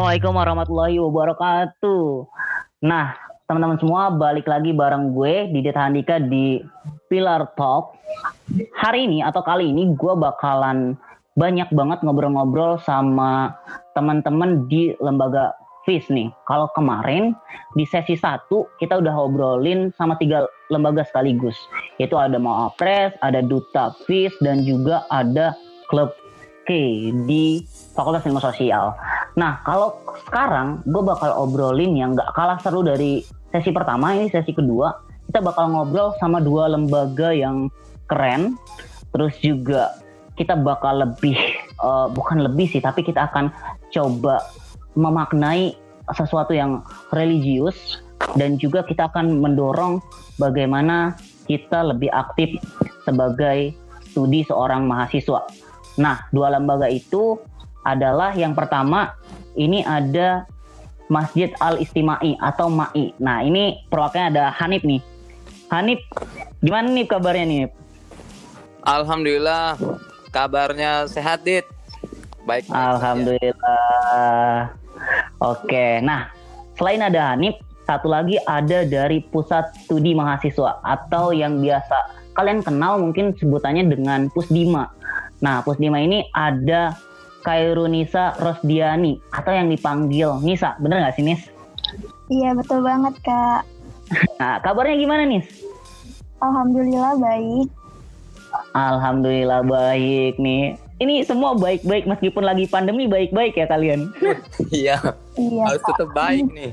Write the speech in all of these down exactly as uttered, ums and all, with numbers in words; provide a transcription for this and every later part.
Assalamualaikum warahmatullahi wabarakatuh. Nah, teman-teman semua, balik lagi bareng gue Didit Handika di Pilar Talk. Hari ini atau kali ini gue bakalan banyak banget ngobrol-ngobrol sama teman-teman di lembaga F I S nih. Kalau kemarin di sesi satu kita udah ngobrolin sama tiga lembaga sekaligus, yaitu ada Mawapres, ada Duta F I S, dan juga ada Klub K di Fakultas Ilmu Sosial. Nah, kalau sekarang gue bakal obrolin yang gak kalah seru dari sesi pertama, ini sesi kedua. Kita bakal ngobrol sama dua lembaga yang keren. Terus juga kita bakal lebih, uh, bukan lebih sih, tapi kita akan coba memaknai sesuatu yang religius. Dan juga kita akan mendorong bagaimana kita lebih aktif sebagai studi seorang mahasiswa. Nah, dua lembaga itu adalah yang pertama, ini ada Masjid Al-Istimai atau M A I. Nah, ini perwakilannya ada Hanif nih. Hanif, gimana nih kabarnya nih? Alhamdulillah, kabarnya sehat, Dit. Baik. Alhamdulillah. Oke, nah selain ada Hanif, satu lagi ada dari Pusat Studi Mahasiswa atau yang biasa kalian kenal mungkin sebutannya dengan Pusdima. Nah, Pusdima ini ada Khairunisa Rosdiani atau yang dipanggil Nisa, bener nggak sih, Nis? Iya, betul banget, Kak. Nah, kabarnya gimana, Nis? Alhamdulillah baik. Alhamdulillah baik nih. Ini semua baik-baik meskipun lagi pandemi, baik-baik ya kalian. Iya. Iya. Harus tetap baik nih.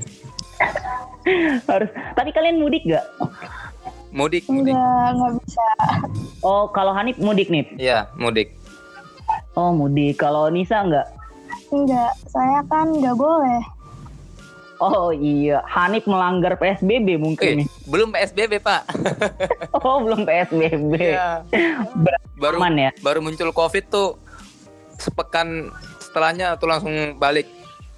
Harus. Tadi kalian mudik nggak? Mudik, mudik. Enggak, nggak bisa. Oh, kalau Hanif mudik nih? Iya, mudik. Oh, mudik. Kalau Nisa nggak? Enggak, saya kan nggak boleh. Oh iya, Hanif melanggar P S B B mungkin Eh, nih. belum P S B B, Pak. Oh, belum P S B B. Iya. Baru, Aman ya? baru muncul COVID tuh sepekan setelahnya tuh langsung balik.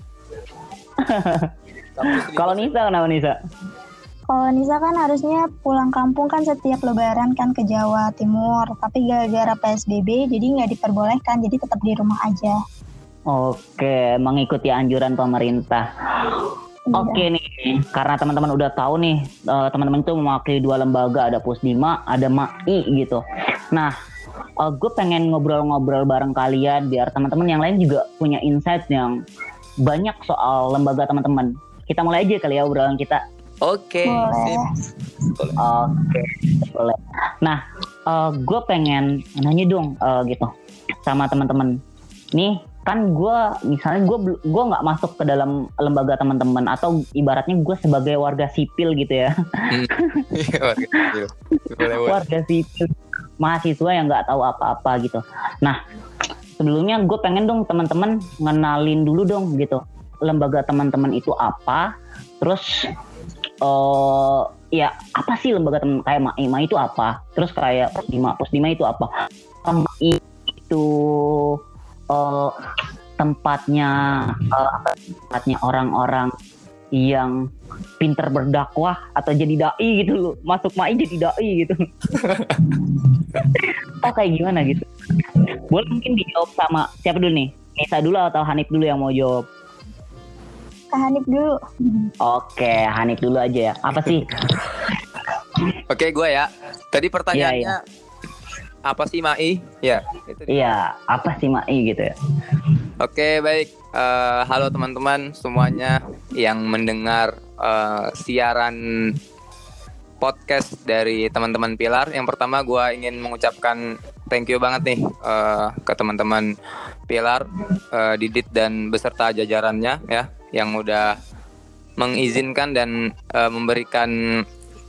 Kalau Nisa kenapa Nisa? Kalau Nisa kan harusnya pulang kampung kan setiap lebaran kan ke Jawa Timur. Tapi gara-gara P S B B jadi nggak diperbolehkan, jadi tetap di rumah aja. Oke, mengikuti anjuran pemerintah. Oke nih, karena teman-teman udah tahu nih, uh, teman-teman itu mewakili dua lembaga, ada Pusdima, ada M A I gitu. Nah, uh, gue pengen ngobrol-ngobrol bareng kalian biar teman-teman yang lain juga punya insight yang banyak soal lembaga teman-teman. Kita mulai aja kali ya obrolan kita. Oke, sip. Boleh. Oke, boleh. Nah, uh, gue pengen nanya dong uh, gitu sama teman-teman. Nih, kan gue misalnya gue gue nggak masuk ke dalam lembaga teman-teman atau ibaratnya gue sebagai warga sipil gitu ya. Hmm. warga sipil. Warga sipil, mahasiswa yang nggak tahu apa-apa gitu. Nah, sebelumnya gue pengen dong teman-teman ngenalin dulu dong gitu lembaga teman-teman itu apa, terus Uh, ya apa sih lembaga teman kayak M A I, M A I itu apa? Terus kayak Pusdima, Pusdima itu apa? M A I itu uh, tempatnya uh, apa, tempatnya orang-orang yang pintar berdakwah atau jadi dai gitu loh. Masuk M A I jadi dai gitu. Oh kayak gimana gitu? Boleh mungkin dijawab sama siapa dulu nih? Nisa dulu atau Hanif dulu yang mau jawab? Kak Hanif dulu. Oke, Hanif dulu aja ya. Apa sih? Oke, gue ya. Tadi pertanyaannya, Iya, iya. apa sih M A I? Ya. Itu Iya, apa sih M A I gitu ya? Oke, baik. Uh, halo teman-teman semuanya yang mendengar uh, siaran podcast dari teman-teman Pilar. Yang pertama gue ingin mengucapkan thank you banget nih uh, ke teman-teman Pilar, uh, Didit dan beserta jajarannya ya, yang udah mengizinkan dan uh, memberikan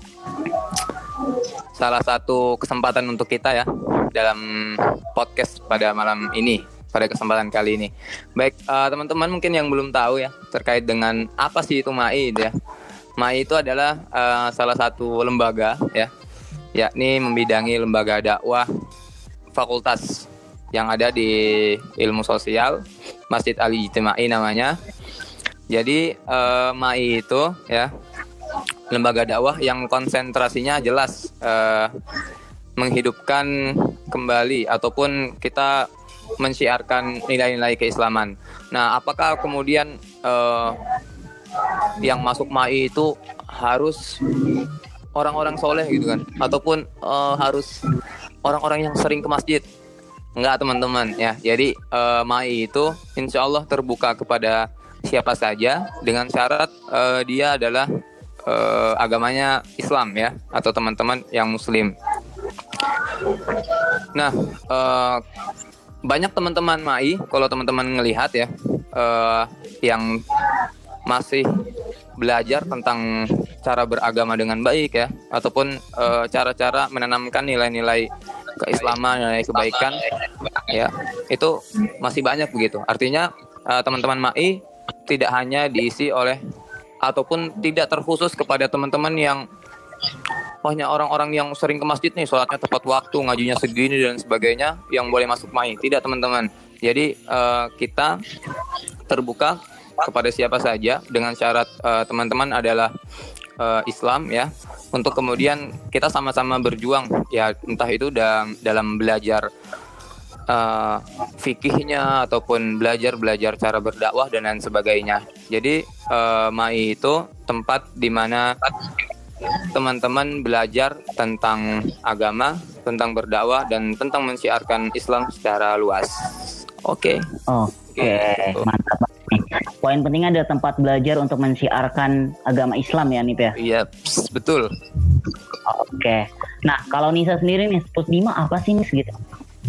salah satu kesempatan untuk kita ya dalam podcast pada malam ini, pada kesempatan kali ini. Baik, uh, teman-teman mungkin yang belum tahu ya terkait dengan apa sih itu M A I ya. M A I itu adalah uh, salah satu lembaga ya, yakni membidangi lembaga dakwah fakultas yang ada di ilmu sosial, Masjid Al-Istimai namanya. Jadi uh, M A I itu ya lembaga dakwah yang konsentrasinya jelas uh, menghidupkan kembali ataupun kita mensyiarkan nilai-nilai keislaman. Nah, apakah kemudian uh, yang masuk M A I itu harus orang-orang soleh gitu kan, ataupun uh, harus orang-orang yang sering ke masjid. Enggak teman-teman ya. Jadi uh, M A I itu insya Allah terbuka kepada siapa saja dengan syarat uh, dia adalah uh, agamanya Islam ya, atau teman-teman yang Muslim. Nah, uh, banyak teman-teman M A I kalau teman-teman ngelihat ya, uh, yang masih belajar tentang cara beragama dengan baik ya, ataupun uh, cara-cara menanamkan nilai-nilai keislaman, nilai kebaikan ya, itu masih banyak begitu. Artinya uh, teman-teman M A I tidak hanya diisi oleh ataupun tidak terkhusus kepada teman-teman yang hanya orang-orang yang sering ke masjid nih, sholatnya tepat waktu, ngajinya segini dan sebagainya yang boleh masuk M A I. Tidak teman-teman. Jadi uh, kita terbuka kepada siapa saja dengan syarat uh, teman-teman adalah uh, Islam ya, untuk kemudian kita sama-sama berjuang ya, entah itu dalam, dalam belajar uh, fikihnya ataupun belajar-belajar cara berdakwah dan lain sebagainya. Jadi uh, M A I itu tempat di mana teman-teman belajar tentang agama, tentang berdakwah, dan tentang mensiarkan Islam secara luas. Oke. Okay. Oke, okay. Okay. Mantap. Poin pentingnya adalah tempat belajar untuk mensiarkan agama Islam ya, Nip ya? Iya, betul. Oke. Okay. Nah, kalau Nisa sendiri nih, Pusdima apa sih Nis gitu?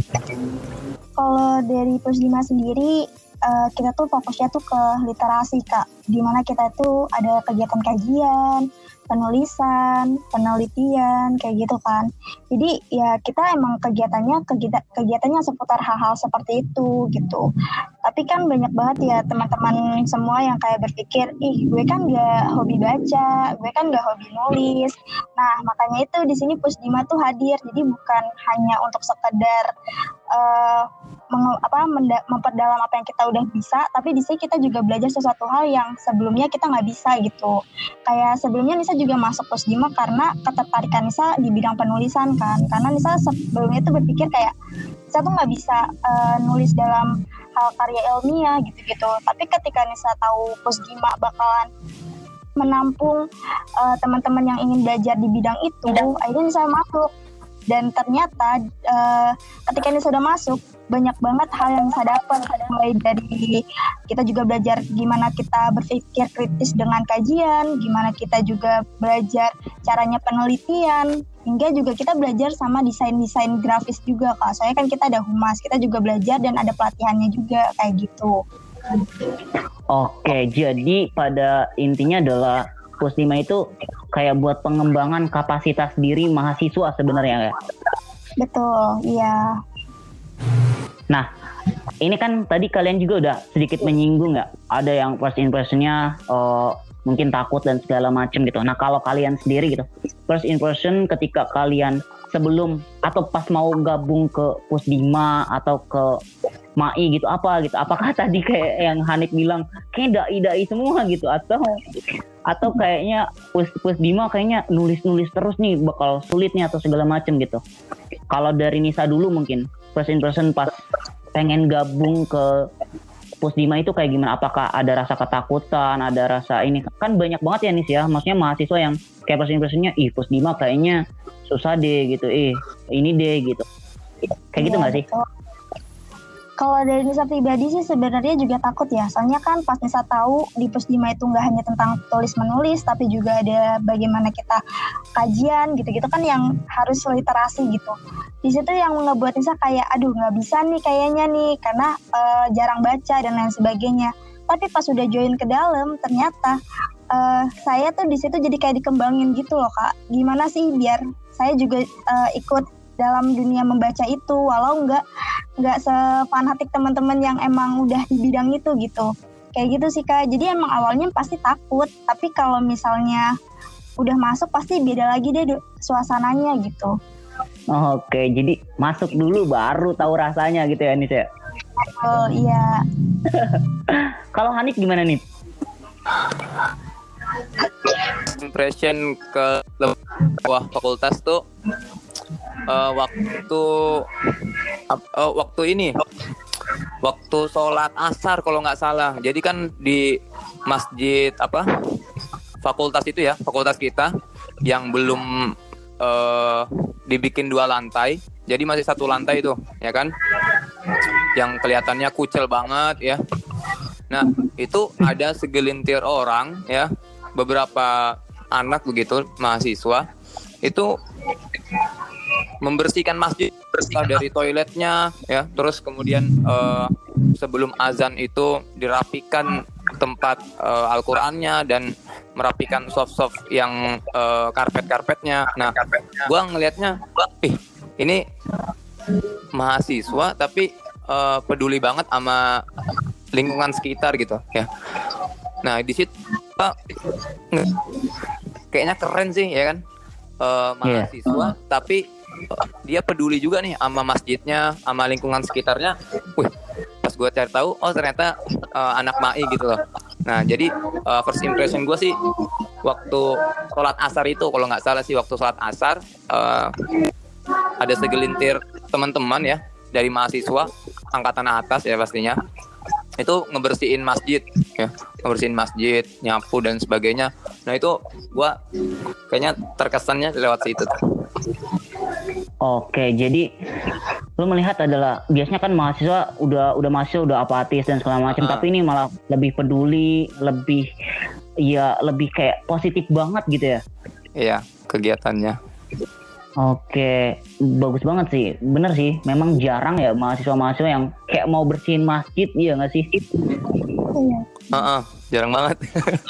Kalau dari Pusdima sendiri, uh, kita tuh fokusnya tuh ke literasi, Kak. Dimana kita tuh ada kegiatan kajian, penulisan, penelitian, kayak gitu kan. Jadi ya kita emang kegiatannya kegiatan kegiatannya seputar hal-hal seperti itu gitu. Tapi kan banyak banget ya teman-teman semua yang kayak berpikir, ih gue kan gak hobi baca, gue kan gak hobi nulis. Nah makanya itu di sini Pusdima tuh hadir. Jadi bukan hanya untuk sekedar uh, menge- apa, menda- memperdalam apa yang kita udah bisa, tapi di sini kita juga belajar sesuatu hal yang sebelumnya kita nggak bisa gitu. Kayak sebelumnya Nisa juga masuk Pusdima karena ketertarikan Nisa di bidang penulisan kan. Karena Nisa sebelumnya tuh berpikir kayak Nisa tuh nggak bisa uh, nulis dalam hal karya ilmiah gitu-gitu. Tapi ketika Nisa tahu Pusdima bakalan menampung uh, teman-teman yang ingin belajar di bidang itu, akhirnya Nisa masuk. Dan ternyata uh, ketika Nisa sudah masuk, banyak banget hal yang saya dapat, mulai dari kita juga belajar gimana kita berpikir kritis dengan kajian, gimana kita juga belajar caranya penelitian, hingga juga kita belajar sama desain-desain grafis juga Kak. Soalnya kan kita ada humas, kita juga belajar dan ada pelatihannya juga kayak gitu. Oke, jadi pada intinya adalah Pusdima itu kayak buat pengembangan kapasitas diri mahasiswa sebenarnya ya? Betul, iya. Nah, ini kan tadi kalian juga udah sedikit menyinggung nggak? Ada yang first impression-nya uh, mungkin takut dan segala macam gitu. Nah, kalau kalian sendiri gitu, first impression ketika kalian sebelum atau pas mau gabung ke Pusdima atau ke M A I gitu, apa gitu? Apakah tadi kayak yang Hanif bilang kayak dai-dai semua gitu, atau atau kayaknya Pus Pusdima kayaknya nulis-nulis terus nih bakal sulit nih atau segala macam gitu? Kalau dari Nisa dulu mungkin first impression pas pengen gabung ke Pusdima itu kayak gimana? Apakah ada rasa ketakutan, ada rasa ini? Kan banyak banget ya Nis ya, maksudnya mahasiswa yang kayak first impressionnya, ih Pusdima kayaknya susah deh gitu, eh ini deh gitu. Kayak gitu nggak sih? Betul. Kalau dari Nisa pribadi sih sebenarnya juga takut ya. Soalnya kan pas Nisa tahu di Pusdima itu nggak hanya tentang tulis menulis, tapi juga ada bagaimana kita kajian gitu-gitu kan yang harus literasi gitu. Di situ yang ngebuat Nisa kayak aduh nggak bisa nih kayaknya nih karena uh, jarang baca dan lain sebagainya. Tapi pas udah join ke dalam ternyata uh, saya tuh di situ jadi kayak dikembangin gitu loh Kak. Gimana sih biar saya juga uh, ikut dalam dunia membaca itu, walau nggak nggak sefanatik teman-teman yang emang udah di bidang itu gitu. Kayak gitu sih Kak. Jadi emang awalnya pasti takut, tapi kalau misalnya udah masuk pasti beda lagi deh suasananya gitu. Oh, oke, okay. Jadi masuk dulu baru tahu rasanya gitu ya Nis ya? Oh iya. Kalau Hanif gimana nih? Impression ke wah fakultas tuh uh, waktu uh, waktu ini waktu sholat asar kalau nggak salah. Jadi kan di masjid apa fakultas itu ya, fakultas kita yang belum uh, dibikin dua lantai, jadi masih satu lantai itu, ya kan? Yang kelihatannya kucel banget ya. Nah, itu ada segelintir orang ya, beberapa anak begitu, mahasiswa itu membersihkan masjid, bersihkan dari toiletnya ya, terus kemudian uh, sebelum azan itu dirapikan tempat uh, Al-Qur'annya dan merapikan soft-soft yang uh, karpet-karpetnya. Nah, gua ngelihatnya, ih ini mahasiswa tapi uh, peduli banget sama lingkungan sekitar gitu ya. Nah, di situ uh, kayaknya keren sih ya kan, uh, mahasiswa yeah. tapi dia peduli juga nih sama masjidnya, sama lingkungan sekitarnya. Wih, pas gue cari tahu, oh ternyata uh, anak M A I gitu loh. Nah, jadi uh, first impression gue sih waktu sholat asar itu, kalau nggak salah sih waktu sholat asar uh, ada segelintir teman-teman ya dari mahasiswa angkatan atas ya pastinya, itu ngebersihin masjid ya, ngebersihin masjid, nyapu dan sebagainya. Nah itu gue kayaknya terkesannya lewat situ. Oke, jadi lu melihat adalah biasanya kan mahasiswa udah udah mahasiswa udah apatis dan segala macam, uh-huh. tapi ini malah lebih peduli, lebih ya lebih kayak positif banget gitu ya. Iya, kegiatannya. Oke, bagus banget sih. Bener sih, memang jarang ya mahasiswa-mahasiswa yang kayak mau bersihin masjid, iya nggak sih? Iya. Uh-uh, jarang banget.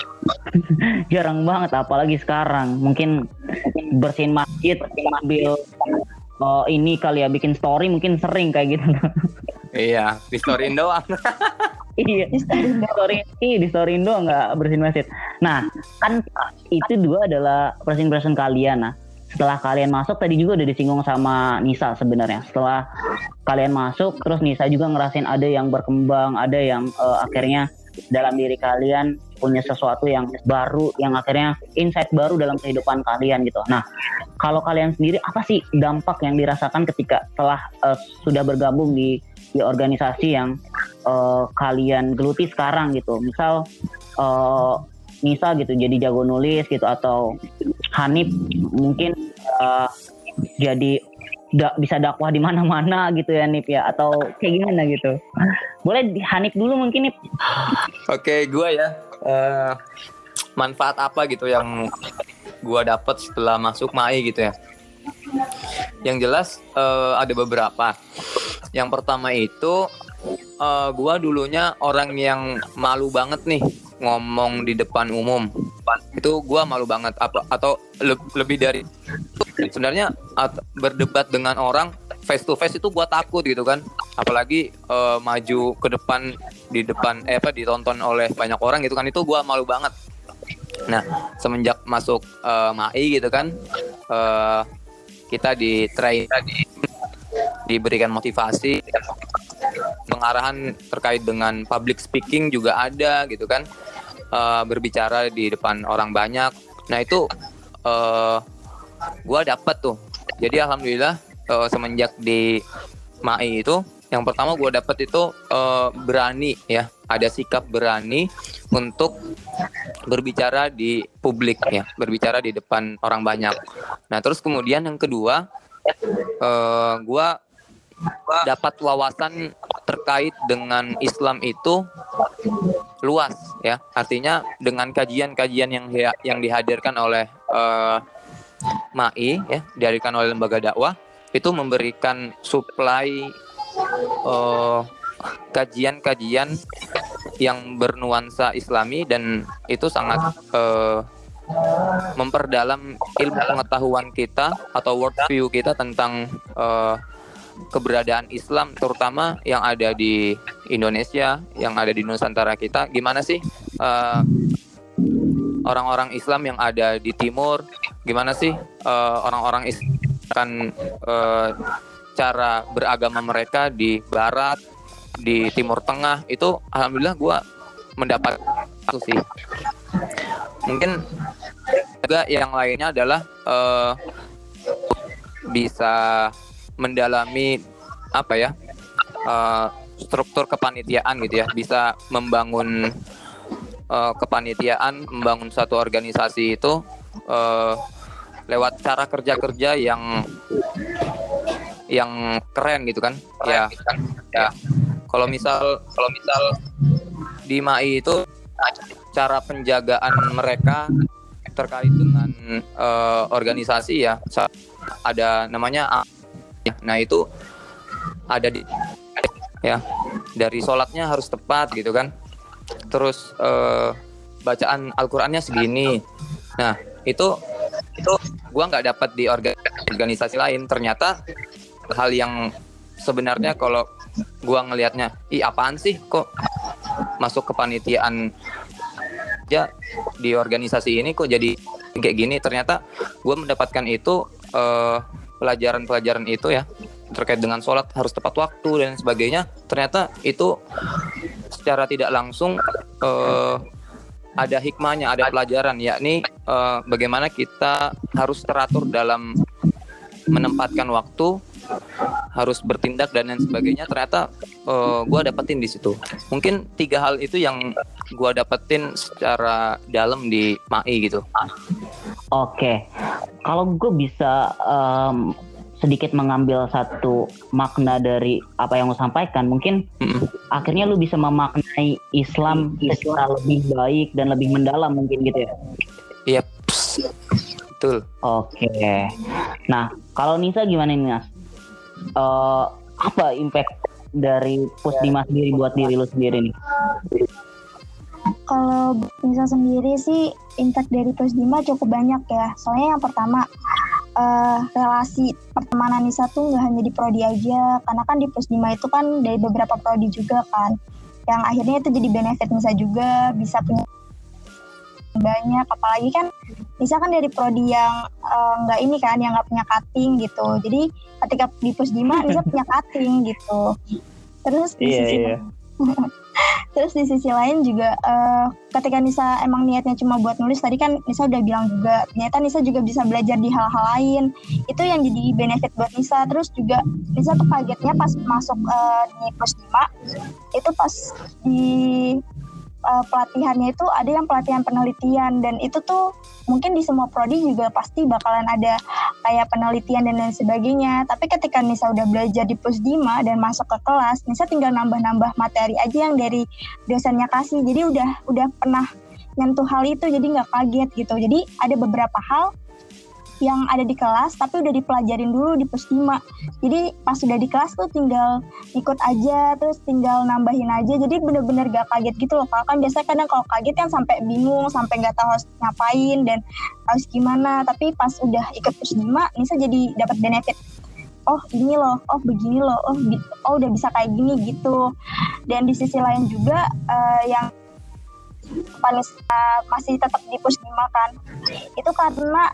Jarang banget, apalagi sekarang. Mungkin bersihin masjid, ambil oh, ini kali ya, bikin story mungkin sering kayak gitu. Iya, di storyin doang. Iya, di story, iya di storyin doang nggak bersihin masjid. Nah, kan itu dua adalah first impression kalian. Nah, setelah kalian masuk, tadi juga udah disinggung sama Nisa sebenarnya. Setelah kalian masuk, terus Nisa juga ngerasain ada yang berkembang, ada yang uh, akhirnya dalam diri kalian punya sesuatu yang baru, yang akhirnya insight baru dalam kehidupan kalian gitu. Nah, kalau kalian sendiri apa sih dampak yang dirasakan ketika telah uh, sudah bergabung di di organisasi yang uh, kalian geluti sekarang gitu? Misal uh, Nisa gitu jadi jago nulis gitu, atau Hanif mungkin uh, jadi da- bisa dakwah di mana-mana gitu ya Nip ya, atau kayak gimana gitu. Boleh Hanif dulu mungkin Nip. Oke, gue ya uh, manfaat apa gitu yang gue dapat setelah masuk M A I gitu ya. Yang jelas uh, ada beberapa. Yang pertama itu uh, gue dulunya orang yang malu banget nih ngomong di depan umum. Itu gue malu banget apa atau le- lebih dari sebenarnya at- berdebat dengan orang face to face itu gue takut gitu kan, apalagi uh, maju ke depan di depan eh apa ditonton oleh banyak orang gitu kan, itu gue malu banget. Nah, semenjak masuk uh, M A I gitu kan, uh, kita di train di, diberikan motivasi, pengarahan terkait dengan public speaking juga ada gitu kan. Uh, berbicara di depan orang banyak. Nah itu uh, gue dapet tuh. Jadi alhamdulillah uh, semenjak di M A I itu, yang pertama gue dapet itu uh, berani ya, ada sikap berani untuk berbicara di publik ya, berbicara di depan orang banyak. Nah terus kemudian yang kedua, uh, gue dapat wawasan terkait dengan Islam itu luas ya, artinya dengan kajian-kajian yang yang dihadirkan oleh uh, M A I ya, dihadirkan oleh lembaga dakwah, itu memberikan supply uh, kajian-kajian yang bernuansa Islami, dan itu sangat uh, memperdalam ilmu pengetahuan kita atau worldview kita tentang uh, keberadaan Islam, terutama yang ada di Indonesia, yang ada di Nusantara kita. Gimana sih uh, orang-orang Islam yang ada di Timur, gimana sih uh, orang-orang Islam kan uh, cara beragama mereka di Barat, di Timur Tengah. Itu alhamdulillah gue mendapat itu sih. Mungkin juga yang lainnya adalah uh, bisa mendalami apa ya uh, struktur kepanitiaan gitu ya, bisa membangun uh, kepanitiaan, membangun satu organisasi itu uh, lewat cara kerja-kerja yang yang keren gitu kan. Ya, ya. Kalau misal kalau misal di M A I itu cara penjagaan mereka terkait dengan uh, organisasi ya, ada namanya, nah itu ada di ya, dari sholatnya harus tepat gitu kan, terus uh, bacaan Al-Qur'annya segini. Nah itu itu gua nggak dapat di organisasi lain. Ternyata hal yang sebenarnya kalau gua ngelihatnya, ih apaan sih kok masuk kepanitiaan ya di organisasi ini kok jadi kayak gini. Ternyata gue mendapatkan itu uh, pelajaran-pelajaran itu ya, terkait dengan sholat harus tepat waktu dan sebagainya. Ternyata itu secara tidak langsung uh, ada hikmahnya, ada pelajaran, yakni uh, bagaimana kita harus teratur dalam menempatkan waktu, harus bertindak dan lain sebagainya. Ternyata uh, gue dapetin di situ. Mungkin tiga hal itu yang gue dapetin secara dalam di M A I gitu. Oke, kalau gue bisa um, sedikit mengambil satu makna dari apa yang lo sampaikan, mungkin mm-hmm. akhirnya lo bisa memaknai Islam secara lebih baik dan lebih mendalam mungkin gitu ya. Iya, yep. Betul. Oke, nah kalau Nisa gimana nih Nas? Uh, apa impact dari Pusdima sendiri buat diri lo sendiri nih? Kalau Nisa sendiri sih impact dari Pusdima cukup banyak ya. Soalnya yang pertama uh, relasi pertemanan Nisa tuh nggak hanya di prodi aja, karena kan di Pusdima itu kan dari beberapa prodi juga kan, yang akhirnya itu jadi benefit Nisa juga, bisa punya banyak. Apalagi kan Nisa kan dari prodi yang nggak uh, ini kan, yang nggak punya cutting gitu. Jadi ketika di Pusdima Nisa punya cutting gitu. Terus di yeah, sisi yeah. Terus di sisi lain juga uh, ketika Nisa emang niatnya cuma buat nulis, tadi kan Nisa udah bilang juga ternyata Nisa juga bisa belajar di hal-hal lain. Itu yang jadi benefit buat Nisa. Terus juga Nisa tuh kagetnya pas masuk uh, di Pusdima, itu pas di uh, pelatihannya itu ada yang pelatihan penelitian, dan itu tuh mungkin di semua prodi juga pasti bakalan ada kayak penelitian dan lain sebagainya. Tapi ketika Nisa udah belajar di Pusdima dan masuk ke kelas, Nisa tinggal nambah-nambah materi aja yang dari dosennya kasih. Jadi udah udah pernah nyentuh hal itu, jadi nggak kaget gitu. Jadi ada beberapa hal yang ada di kelas tapi udah dipelajarin dulu di Pusdima. Jadi pas udah di kelas tuh tinggal ikut aja, terus tinggal nambahin aja. Jadi bener-bener gak kaget gitu loh. Kalau kan biasanya kadang kalau kaget kan sampai bingung, sampai gak tahu harus ngapain dan harus gimana. Tapi pas udah ikut Pusdima, Nisa jadi dapat benefit. Oh ini loh, oh begini loh, oh, bi- oh udah bisa kayak gini gitu. Dan di sisi lain juga uh, yang Nisa masih tetap di Pusdima kan, itu karena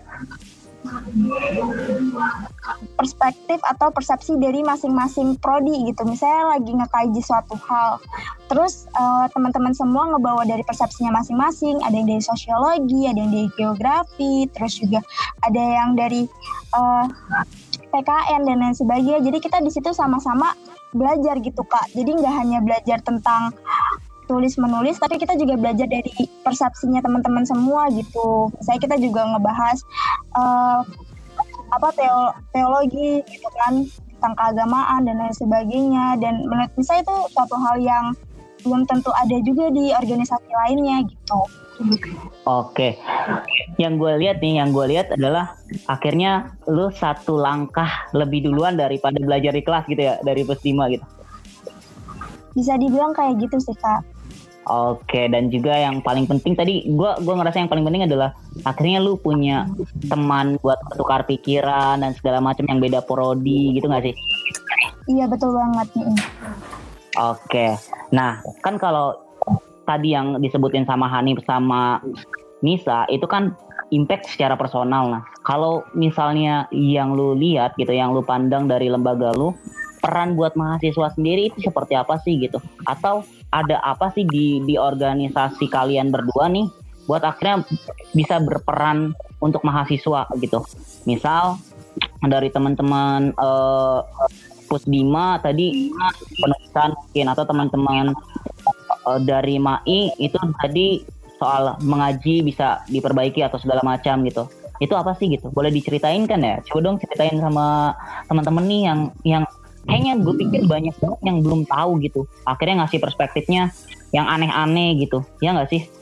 perspektif atau persepsi dari masing-masing prodi gitu. Misalnya lagi ngekaji suatu hal, terus uh, teman-teman semua ngebawa dari persepsinya masing-masing. Ada yang dari sosiologi, ada yang dari geografi, terus juga ada yang dari uh, P K N dan lain sebagainya. Jadi kita di situ sama-sama belajar gitu Kak. Jadi nggak hanya belajar tentang tulis menulis, tapi kita juga belajar dari persepsinya teman-teman semua gitu. Misalnya kita juga ngebahas uh, apa teo- teologi gitu kan, tentang keagamaan dan lain sebagainya. Dan menurut saya itu suatu hal yang belum tentu ada juga di organisasi lainnya gitu. Oke, yang gue lihat nih, yang gue lihat adalah akhirnya lu satu langkah lebih duluan daripada belajar di kelas gitu ya, dari Pusdima gitu. Bisa dibilang kayak gitu sih Kak. Oke, dan juga yang paling penting tadi gue gue ngerasa yang paling penting adalah akhirnya lu punya teman buat bertukar pikiran dan segala macam yang beda prodi gitu nggak sih? Iya betul banget nih. Oke, nah kan kalau tadi yang disebutin sama Hanif sama Nisa itu kan impact secara personal. Nah kalau misalnya yang lu lihat gitu, yang lu pandang dari lembaga lu, peran buat mahasiswa sendiri itu seperti apa sih gitu? Atau ada apa sih di di organisasi kalian berdua nih buat akhirnya bisa berperan untuk mahasiswa gitu? Misal dari teman-teman uh, Pusdima tadi penulisan mungkin, atau teman-teman uh, dari M A I itu tadi soal mengaji bisa diperbaiki atau segala macam gitu. Itu apa sih gitu? Boleh diceritain kan ya? Coba dong ceritain sama teman-teman nih yang yang kayaknya gue pikir banyak banget yang belum tahu gitu. Akhirnya ngasih perspektifnya yang aneh-aneh gitu. Ya nggak sih?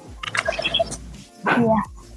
Iya.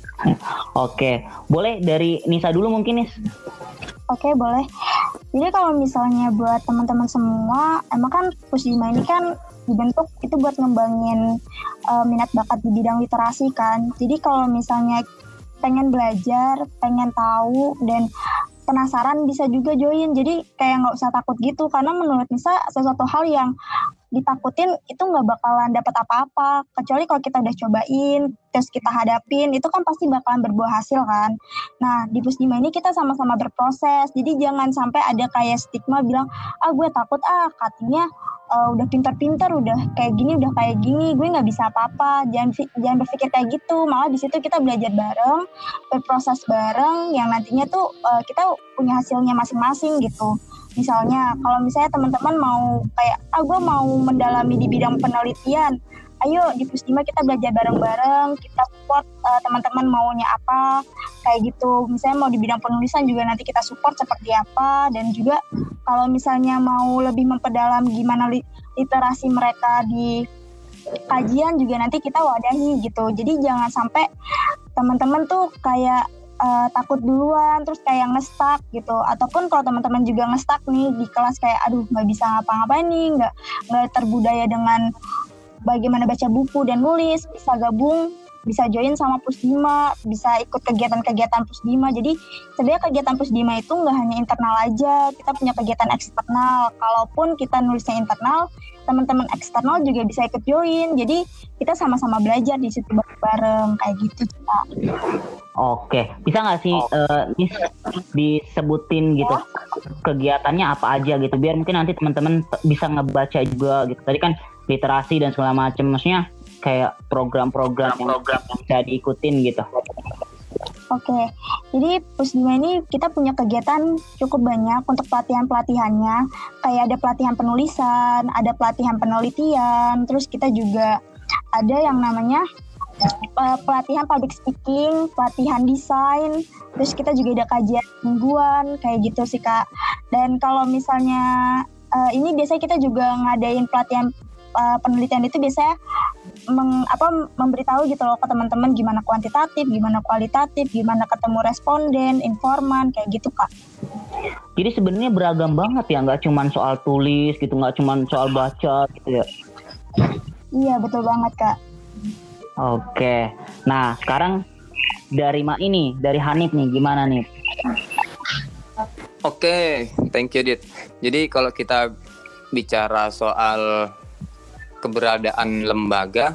Oke, boleh dari Nisa dulu mungkin, Nis. Oke, boleh. Jadi kalau misalnya buat teman-teman semua, emang kan Pusdima ini kan dibentuk itu buat ngembangin uh, minat bakat di bidang literasi kan. Jadi kalau misalnya pengen belajar, pengen tahu, dan penasaran bisa juga join. Jadi kayak nggak usah takut gitu, karena menurut Nisa sesuatu hal yang ditakutin itu nggak bakalan dapat apa-apa, kecuali kalau kita udah cobain, terus kita hadapin, itu kan pasti bakalan berbuah hasil kan. Nah di Pusdima ini kita sama-sama berproses, jadi jangan sampai ada kayak stigma bilang, ah gue takut ah katanya uh, udah pintar-pintar, udah kayak gini, udah kayak gini, gue nggak bisa apa-apa. Jangan jangan berpikir kayak gitu, malah di situ kita belajar bareng, berproses bareng, yang nantinya tuh uh, kita punya hasilnya masing-masing gitu. Misalnya, kalau misalnya teman-teman mau kayak, ah gue mau mendalami di bidang penelitian, ayo di Pusdima kita belajar bareng-bareng, kita support uh, teman-teman maunya apa, kayak gitu. Misalnya mau di bidang penulisan juga nanti kita support seperti apa, dan juga kalau misalnya mau lebih memperdalam gimana li- literasi mereka di kajian juga nanti kita wadahi gitu. Jadi jangan sampai teman-teman tuh kayak Uh, takut duluan terus kayak ngestak gitu, ataupun kalau teman-teman juga ngestak nih di kelas kayak aduh nggak bisa ngapa-ngapain nih, nggak nggak terbudaya dengan bagaimana baca buku dan nulis, bisa gabung, bisa join sama Pusdima, bisa ikut kegiatan-kegiatan Pusdima. Jadi sebenarnya kegiatan Pusdima itu nggak hanya internal aja, kita punya kegiatan eksternal. Kalaupun kita nulisnya internal, teman-teman eksternal juga bisa ikut join. Jadi kita sama-sama belajar di situ bareng kayak gitu, Pak. Oke, bisa nggak sih uh, disebutin gitu kegiatannya apa aja gitu, biar mungkin nanti teman-teman bisa ngebaca juga gitu. Tadi kan literasi dan segala macam, maksudnya kayak program-program yang program yang bisa diikutin gitu. Oke, jadi Pusdima ini kita punya kegiatan cukup banyak untuk pelatihan-pelatihannya. Kayak ada pelatihan penulisan, ada pelatihan penelitian, terus kita juga ada yang namanya Uh, pelatihan public speaking, pelatihan desain, terus kita juga ada kajian mingguan kayak gitu sih Kak. Dan kalau misalnya uh, ini biasanya kita juga ngadain pelatihan uh, penelitian itu biasanya meng, apa, memberitahu gitu loh ke teman-teman gimana kuantitatif, gimana kualitatif, gimana ketemu responden, informan kayak gitu Kak. Jadi sebenarnya beragam banget ya, nggak cuma soal tulis gitu, nggak cuma soal baca gitu ya. Iya betul banget Kak. Oke, nah sekarang dari Ma ini, dari Hanif nih, gimana nih? Oke, thank you Dit. Jadi kalau kita bicara soal keberadaan lembaga,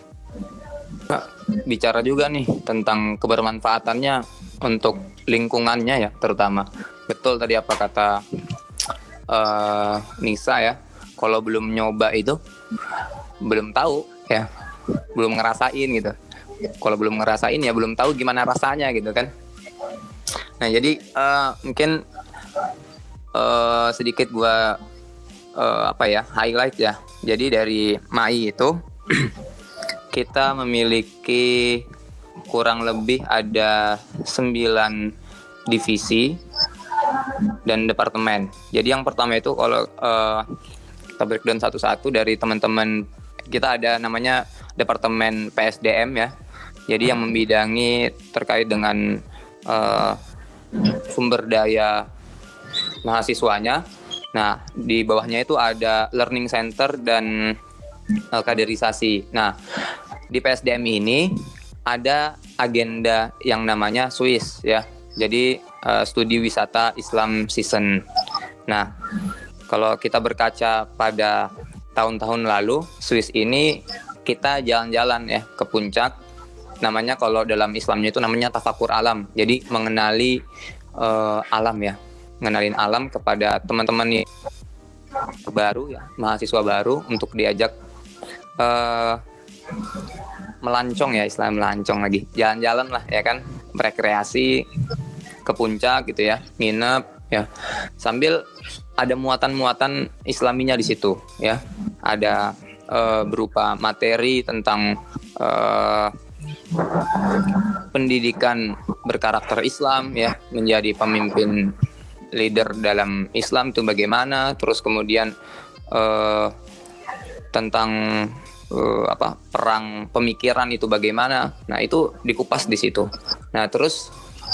bicara juga nih tentang kebermanfaatannya untuk lingkungannya ya, terutama. Betul tadi apa kata uh, Nisa ya, kalau belum nyoba itu belum tahu ya, belum ngerasain gitu. Kalau belum ngerasain ya belum tahu gimana rasanya gitu kan. Nah jadi uh, mungkin uh, sedikit gua uh, apa ya highlight ya. Jadi dari M A I itu kita memiliki kurang lebih ada sembilan divisi dan departemen. Jadi yang pertama itu kalau uh, kita breakdown satu-satu dari teman-teman, kita ada namanya Departemen P S D M ya. Jadi yang membidangi terkait dengan uh, sumber daya mahasiswanya. Nah, di bawahnya itu ada Learning Center dan uh, kaderisasi. Nah, di P S D M ini ada agenda yang namanya Swiss ya. Jadi uh, studi wisata Islam season. Nah, kalau kita berkaca pada tahun-tahun lalu, Swiss ini kita jalan-jalan ya ke puncak. Namanya kalau dalam Islamnya itu namanya tafakur alam. Jadi mengenali uh, alam ya, mengenalin alam kepada teman-teman nih baru ya, mahasiswa baru untuk diajak uh, melancong ya, Islam melancong lagi, jalan-jalan lah ya kan, berekreasi ke puncak gitu ya, nginep ya, sambil ada muatan-muatan Islaminya di situ ya. Ada uh, berupa materi tentang uh, pendidikan berkarakter Islam ya, menjadi pemimpin leader dalam Islam itu bagaimana, terus kemudian uh, tentang uh, apa perang pemikiran itu bagaimana. Nah, itu dikupas di situ. Nah, terus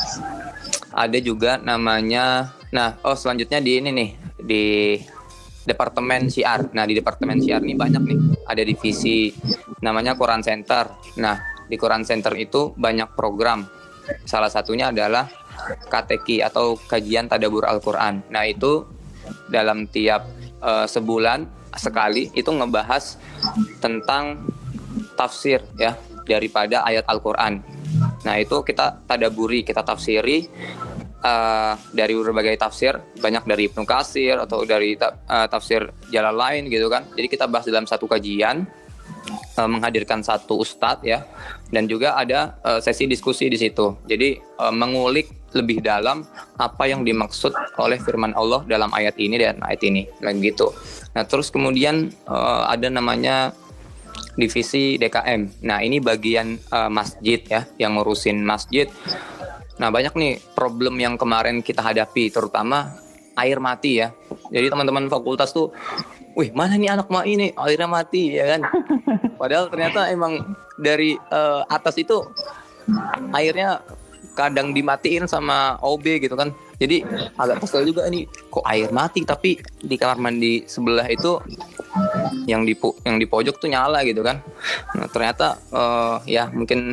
ada juga namanya, nah oh selanjutnya di ini nih, di Departemen Syiar. Nah, di Departemen Syiar ini banyak nih, ada divisi namanya Quran Center. Nah, di Quran Center itu banyak program. Salah satunya adalah K T Q atau kajian tadabbur Al-Quran. Nah, itu dalam tiap uh, sebulan sekali itu ngebahas tentang tafsir ya daripada ayat Al-Quran. Nah, itu kita tadaburi, kita tafsiri uh, dari berbagai tafsir, banyak dari Ibnu Katsir atau dari ta- uh, tafsir jalan lain gitu kan. Jadi kita bahas dalam satu kajian, uh, menghadirkan satu ustadz ya, dan juga ada uh, sesi diskusi di situ. Jadi uh, mengulik lebih dalam apa yang dimaksud oleh firman Allah dalam ayat ini dan ayat ini, nah gitu. Nah, terus kemudian uh, ada namanya divisi D K M. Nah, ini bagian uh, masjid ya, yang ngurusin masjid. Nah, banyak nih problem yang kemarin kita hadapi, terutama air mati ya. Jadi teman-teman fakultas tuh, wih mana nih anak M A I ini airnya mati ya kan. Padahal ternyata emang dari uh, atas itu airnya kadang dimatiin sama O B gitu kan. Jadi agak kesel juga nih, kok air mati tapi di kamar mandi sebelah itu yang di yang di pojok tuh nyala gitu kan. Nah, ternyata uh, ya mungkin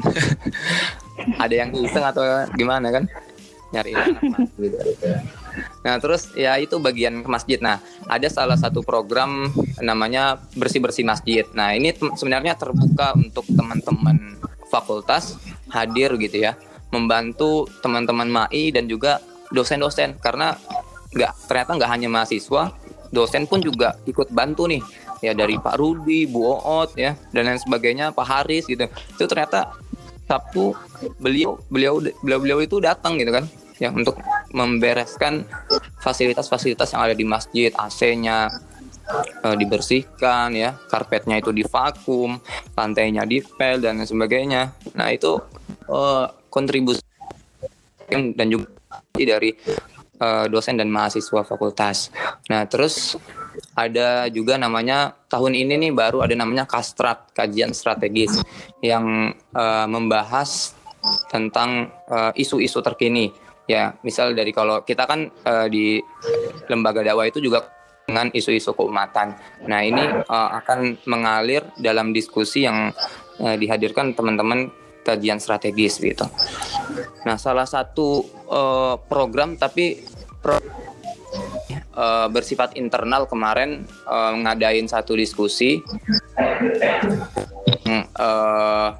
ada yang iseng atau gimana kan, nyari anak mati gitu. Nah, terus ya itu bagian ke masjid. Nah, ada salah satu program namanya bersih-bersih masjid. Nah, ini tem- sebenarnya terbuka untuk teman-teman fakultas hadir gitu ya, membantu teman-teman M A I dan juga dosen-dosen, karena nggak ternyata nggak hanya mahasiswa, dosen pun juga ikut bantu nih ya, dari Pak Rudi, Bu Oot ya dan lain sebagainya, Pak Haris gitu. Itu ternyata Sabtu beliau beliau beliau beliau itu datang gitu kan ya, untuk membereskan fasilitas-fasilitas yang ada di masjid, A C-nya uh, dibersihkan ya, karpetnya itu divakum, lantainya dipel dan lain sebagainya. Nah, itu uh, kontribusi dan juga dari uh, dosen dan mahasiswa fakultas. Nah, terus ada juga namanya tahun ini nih baru ada namanya Kastrat, kajian strategis, yang uh, membahas tentang uh, isu-isu terkini. Ya, misal dari kalau kita kan uh, di lembaga dakwah itu juga dengan isu-isu keumatan. Nah, ini uh, akan mengalir dalam diskusi yang uh, dihadirkan teman-teman kajian strategis gitu. Nah, salah satu uh, program tapi pro, uh, bersifat internal kemarin uh, ngadain satu diskusi uh,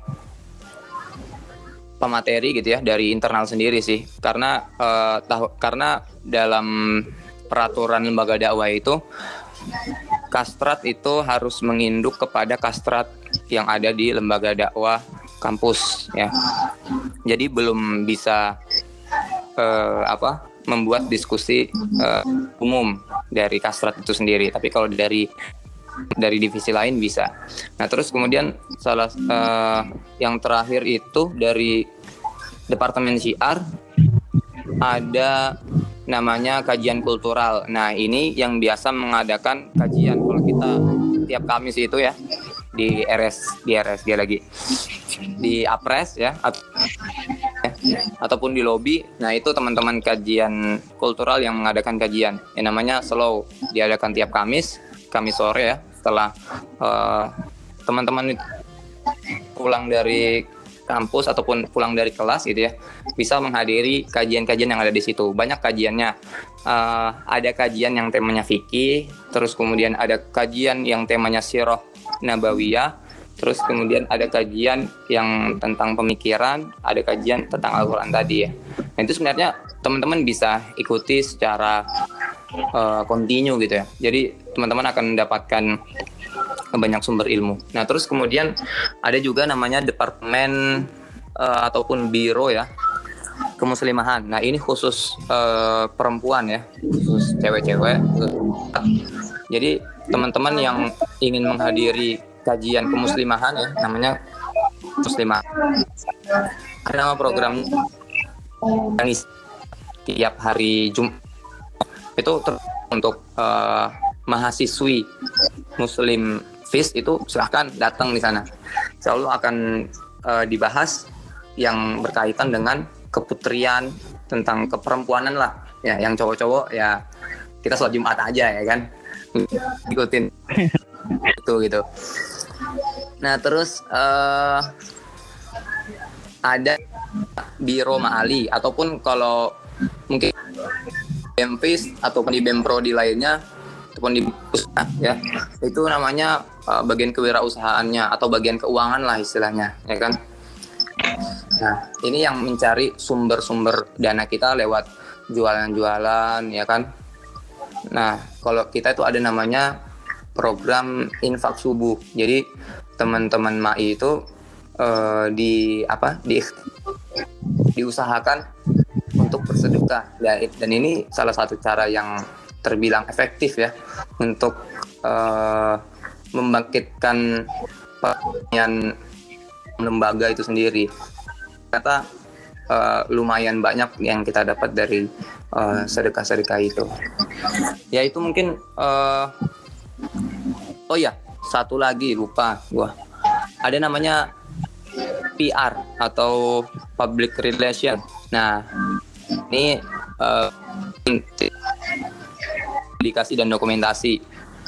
pemateri gitu ya, dari internal sendiri sih, karena uh, tahu karena dalam peraturan lembaga dakwah itu Kastrat itu harus menginduk kepada Kastrat yang ada di lembaga dakwah kampus ya. Jadi belum bisa uh, apa membuat diskusi uh, umum dari Kastrat itu sendiri, tapi kalau dari dari divisi lain bisa. Nah, terus kemudian salah uh, yang terakhir itu dari Departemen Syiar ada namanya kajian kultural. Nah, ini yang biasa mengadakan kajian kalau kita tiap Kamis itu ya, di R S di R S G lagi, di Apres ya, at- ataupun di lobi. Nah, itu teman-teman kajian kultural yang mengadakan kajian yang namanya Slow, diadakan tiap Kamis Kamis sore ya, setelah uh, teman-teman pulang dari kampus ataupun pulang dari kelas gitu ya, bisa menghadiri kajian-kajian yang ada di situ. Banyak kajiannya, uh, ada kajian yang temanya fikih, terus kemudian ada kajian yang temanya sirah nabawiyah, terus kemudian ada kajian yang tentang pemikiran, ada kajian tentang Al-Quran tadi ya. Nah, itu sebenarnya teman-teman bisa ikuti secara uh, kontinu gitu ya. Jadi teman-teman akan mendapatkan banyak sumber ilmu. Nah, terus kemudian ada juga namanya departemen uh, ataupun biro ya, kemuslimahan. Nah ini khusus uh, perempuan ya, khusus cewek-cewek. Jadi teman-teman yang ingin menghadiri kajian kemuslimahan ya, namanya muslimah. Ada nama programnya yang tiap hari Jumat itu ter- untuk uh, mahasiswi Muslim F I S itu silahkan datang di sana. Insya Allah akan uh, dibahas yang berkaitan dengan keputrian, tentang keperempuanan lah. Ya, yang cowok-cowok ya kita sholat Jumat aja ya kan, ikutin itu gitu. Nah terus uh, ada Biro Ma'ali ataupun kalau mungkin B M F I S ataupun di Bemprodi lainnya ataupun di pusat ya, itu namanya uh, bagian kewirausahaannya atau bagian keuangan lah istilahnya ya kan. Nah ini yang mencari sumber-sumber dana kita lewat jualan-jualan ya kan. Nah kalau kita itu ada namanya program infak subuh. Jadi teman-teman M A I itu uh, di apa di diusahakan untuk bersedekah dan ini salah satu cara yang terbilang efektif ya untuk uh, membangkitkan perekonomian lembaga itu sendiri. Kata uh, lumayan banyak yang kita dapat dari uh, sedekah-sedekah itu. Ya itu mungkin uh, oh ya satu lagi lupa gua, ada namanya P R atau Public Relation. Nah ini uh, publikasi dan dokumentasi.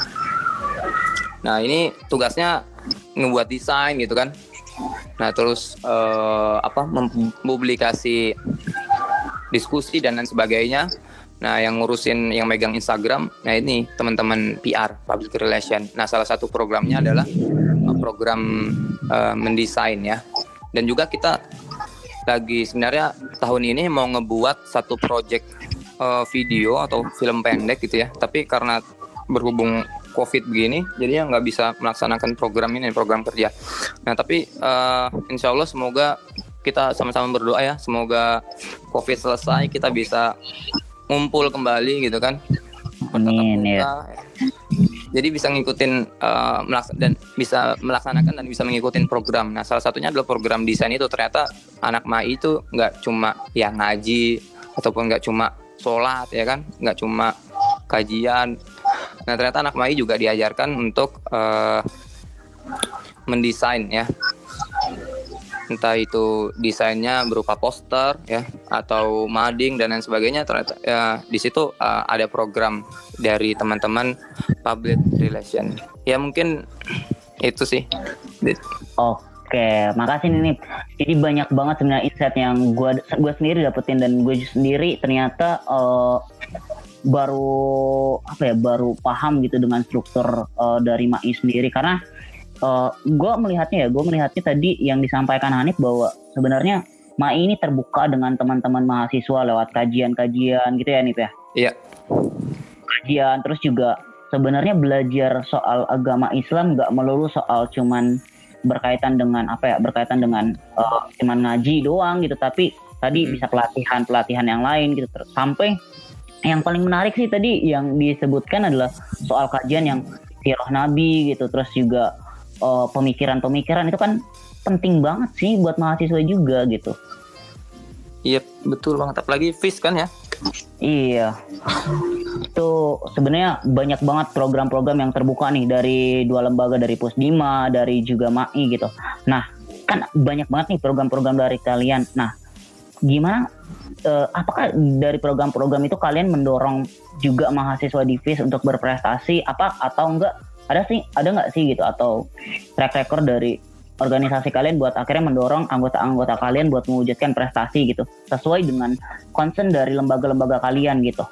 Nah ini tugasnya ngebuat desain gitu kan. Nah terus uh, apa mempublikasi diskusi dan lain sebagainya. Nah yang ngurusin, yang megang Instagram, nah ini teman-teman P R, Public Relation. Nah salah satu programnya adalah program uh, mendesain ya. Dan juga kita lagi sebenarnya tahun ini mau ngebuat satu project uh, video atau film pendek gitu ya. Tapi karena berhubung COVID begini, jadinya nggak bisa melaksanakan program ini, program kerja. Nah tapi uh, insya Allah semoga kita sama-sama berdoa ya, semoga COVID selesai, kita bisa ngumpul kembali gitu kan. Amin ya. Jadi bisa ngikutin uh, melaks- dan bisa melaksanakan dan bisa mengikutin program. Nah salah satunya adalah program desain itu. Ternyata anak M A I itu nggak cuma yang ngaji ataupun nggak cuma sholat ya kan, nggak cuma kajian. Nah ternyata anak M A I juga diajarkan untuk uh, mendesain ya, entah itu desainnya berupa poster ya atau mading dan lain sebagainya. Ternyata ya di situ uh, ada program dari teman-teman Public Relation. Ya mungkin itu sih. Oke, makasih nih. Jadi banyak banget sebenarnya insight yang gue gue sendiri dapetin dan gue sendiri ternyata uh, baru apa ya baru paham gitu dengan struktur uh, dari M A I sendiri. Karena uh, gue melihatnya ya gue melihatnya tadi yang disampaikan Hanif bahwa sebenarnya M A I ini terbuka dengan teman-teman mahasiswa lewat kajian-kajian gitu ya Hanif ya. Iya. Kajian terus juga sebenarnya belajar soal agama Islam nggak melulu soal cuman berkaitan dengan apa ya berkaitan dengan uh, cuman ngaji doang gitu, tapi tadi bisa pelatihan pelatihan yang lain gitu. Terus sampai yang paling menarik sih tadi yang disebutkan adalah soal kajian yang sirah Nabi gitu, terus juga uh, pemikiran-pemikiran itu kan penting banget sih buat mahasiswa juga gitu. Iya betul banget, apalagi F I S kan ya. Iya, itu sebenarnya banyak banget program-program yang terbuka nih dari dua lembaga, dari Pusdima, dari juga M A I gitu. Nah kan banyak banget nih program-program dari kalian. Nah gimana? Uh, apakah dari program-program itu kalian mendorong juga mahasiswa di F I S untuk berprestasi apa atau enggak? Ada sih, ada nggak sih gitu atau track record dari organisasi kalian buat akhirnya mendorong anggota-anggota kalian buat mewujudkan prestasi gitu sesuai dengan concern dari lembaga-lembaga kalian gitu?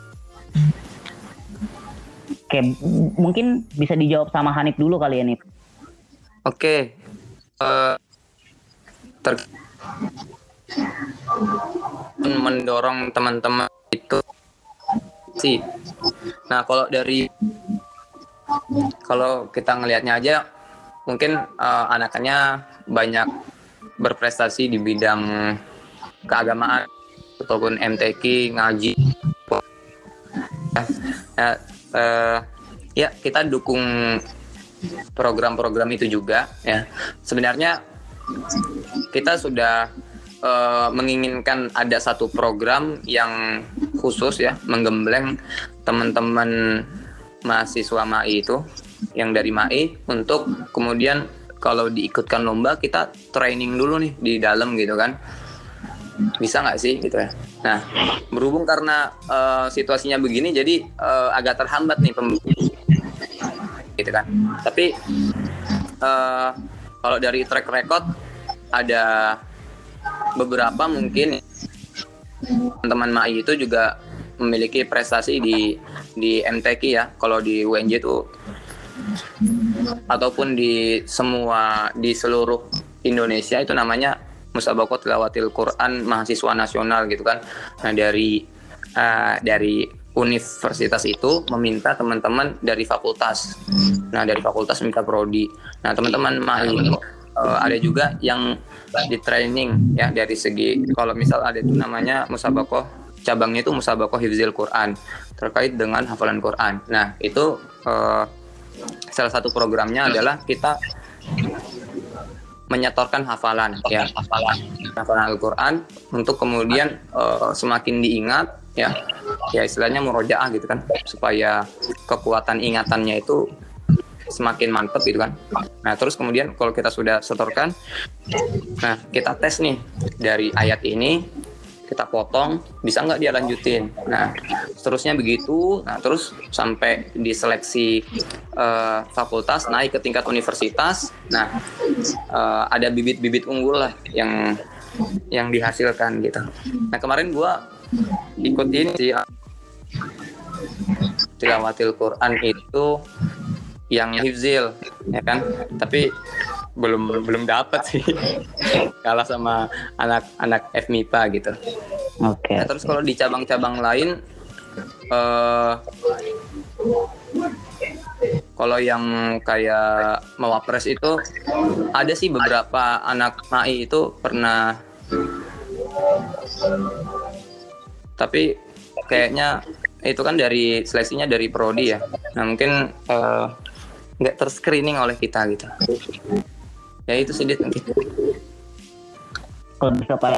Oke, mungkin bisa dijawab sama Hanif dulu kali ya, Nip. Oke, uh, ter- mendorong teman-teman itu sih. Nah kalau dari kalau kita ngelihatnya aja, mungkin uh, anak-anaknya banyak berprestasi di bidang keagamaan ataupun M T Q ngaji ya, uh, ya kita dukung program-program itu juga ya. Sebenarnya kita sudah uh, menginginkan ada satu program yang khusus ya, menggembleng teman-teman mahasiswa M A I itu yang dari M A I untuk kemudian kalau diikutkan lomba kita training dulu nih di dalam gitu kan, bisa nggak sih gitu ya. Nah berhubung karena uh, situasinya begini jadi uh, agak terhambat nih pem- gitu kan. Tapi uh, kalau dari track record ada beberapa mungkin teman-teman M A I itu juga memiliki prestasi di di M T Q ya. Kalau di U N J itu ataupun di semua di seluruh Indonesia itu namanya Musabaqah Tilawatil Quran Mahasiswa Nasional gitu kan. Nah dari uh, dari universitas itu meminta teman-teman dari fakultas. Nah dari fakultas minta prodi. Nah teman-teman M A I uh, ada juga yang di training ya dari segi kalau misal ada itu namanya Musabaqah, cabangnya itu Musabaqah Hifzil Quran terkait dengan hafalan Quran. Nah itu uh, salah satu programnya adalah kita menyetorkan hafalan ya hafalan hafalan Al-Quran untuk kemudian uh, semakin diingat ya ya istilahnya murojaah gitu kan, supaya kekuatan ingatannya itu semakin mantap gitu kan. Nah terus kemudian kalau kita sudah setorkan, nah kita tes nih dari ayat ini kita potong, bisa nggak dia lanjutin. Nah seterusnya begitu. Nah terus sampai diseleksi uh, fakultas naik ke tingkat universitas. Nah uh, ada bibit-bibit unggul lah yang yang dihasilkan gitu. Nah kemarin gua ikut ini sih Tilawatil Quran itu yang hifzil ya kan, tapi belum belum dapat sih, kalah sama anak-anak F M I P A gitu. Oke. Okay. Nah, terus kalau di cabang-cabang lain, uh, kalau yang kayak Mawapres itu ada sih beberapa anak M A I itu pernah, tapi kayaknya itu kan dari seleksinya dari prodi ya. Nah mungkin uh, nggak terscreening oleh kita gitu. Ya itu sedikit mungkin. Kalau bisa pak,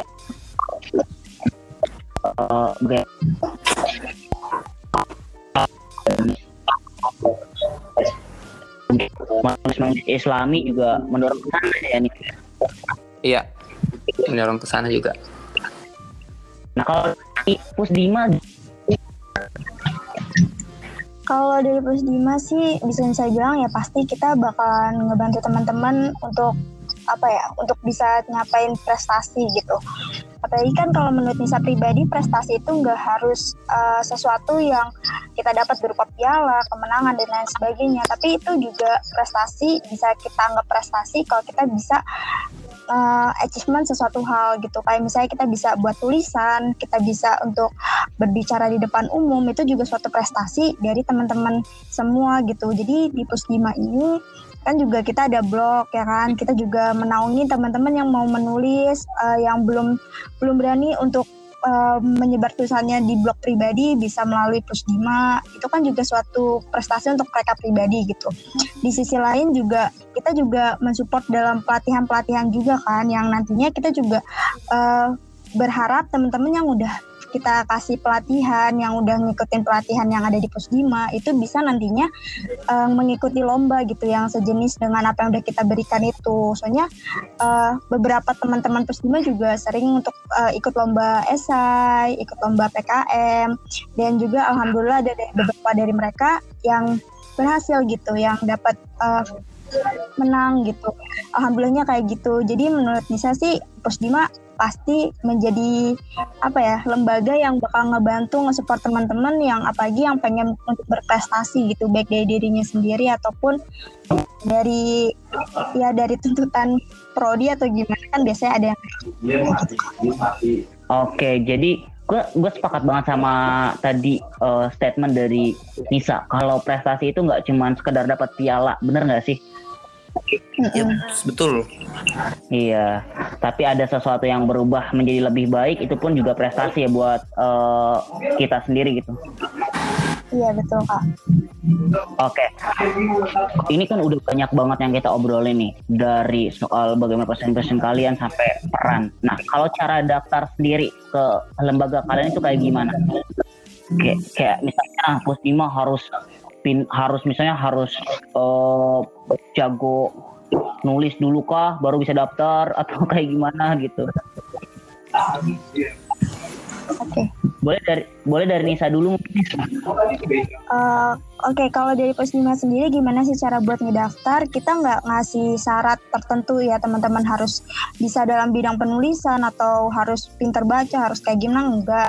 uh, manusia Islami juga mendorong ke sana ya nih. Iya, mendorong ke sana juga. Nah kalau di Pusdima, kalau dari Pusdima sih bisa saya bilang ya pasti kita bakalan ngebantu teman-teman untuk apa ya, untuk bisa nyapain prestasi gitu. Apalagi kan kalau menurut Nisa pribadi, prestasi itu nggak harus uh, sesuatu yang kita dapat berupa piala, kemenangan dan lain sebagainya. Tapi itu juga prestasi, bisa kita anggap prestasi kalau kita bisa uh, achievement sesuatu hal gitu. Kayak misalnya kita bisa buat tulisan, kita bisa untuk berbicara di depan umum, itu juga suatu prestasi dari teman-teman semua gitu. Jadi di Pusdima ini kan juga kita ada blog ya kan, kita juga menaungi teman-teman yang mau menulis, uh, yang belum belum berani untuk uh, menyebar tulisannya di blog pribadi, bisa melalui Pusdima. Itu kan juga suatu prestasi untuk mereka pribadi gitu. Di sisi lain juga kita juga mensupport dalam pelatihan-pelatihan juga kan, yang nantinya kita juga uh, berharap teman-teman yang udah kita kasih pelatihan, yang udah ngikutin pelatihan yang ada di Pusdima, itu bisa nantinya uh, mengikuti lomba gitu yang sejenis dengan apa yang udah kita berikan itu. Soalnya uh, beberapa teman-teman Pusdima juga sering untuk uh, ikut lomba esai, ikut lomba P K M, dan juga alhamdulillah ada beberapa dari mereka yang berhasil gitu, yang dapat uh, menang gitu. Alhamdulillahnya kayak gitu. Jadi menurut Nisa sih Pusdima pasti menjadi apa ya, lembaga yang bakal ngebantu nge-support teman-teman yang apalagi yang pengen untuk berprestasi gitu, baik dari dirinya sendiri ataupun dari ya dari tuntutan prodi atau gimana, kan biasanya ada yang Oke, jadi gue gue sepakat banget sama tadi uh, statement dari Nisa kalau prestasi itu nggak cuma sekedar dapat piala, bener nggak sih? Iya, betul. Iya, tapi ada sesuatu yang berubah menjadi lebih baik, itu pun juga prestasi ya buat uh, kita sendiri gitu. Iya betul Kak. Oke, ini kan udah banyak banget yang kita obrolin nih, dari soal bagaimana passion-passion kalian sampai peran. Nah, kalau cara daftar sendiri ke lembaga kalian itu kayak gimana? Kayak, kayak misalnya Pusdima harus pin, harus misalnya harus uh, jago nulis dulu kah baru bisa daftar atau kayak gimana gitu? Oke. Okay. Boleh dari boleh dari Nisa dulu. Uh, Oke, okay, kalau dari Pusdima sendiri gimana sih cara buat ngedaftar? Kita nggak ngasih syarat tertentu ya teman-teman harus bisa dalam bidang penulisan atau harus pintar baca, harus kayak gimana, enggak.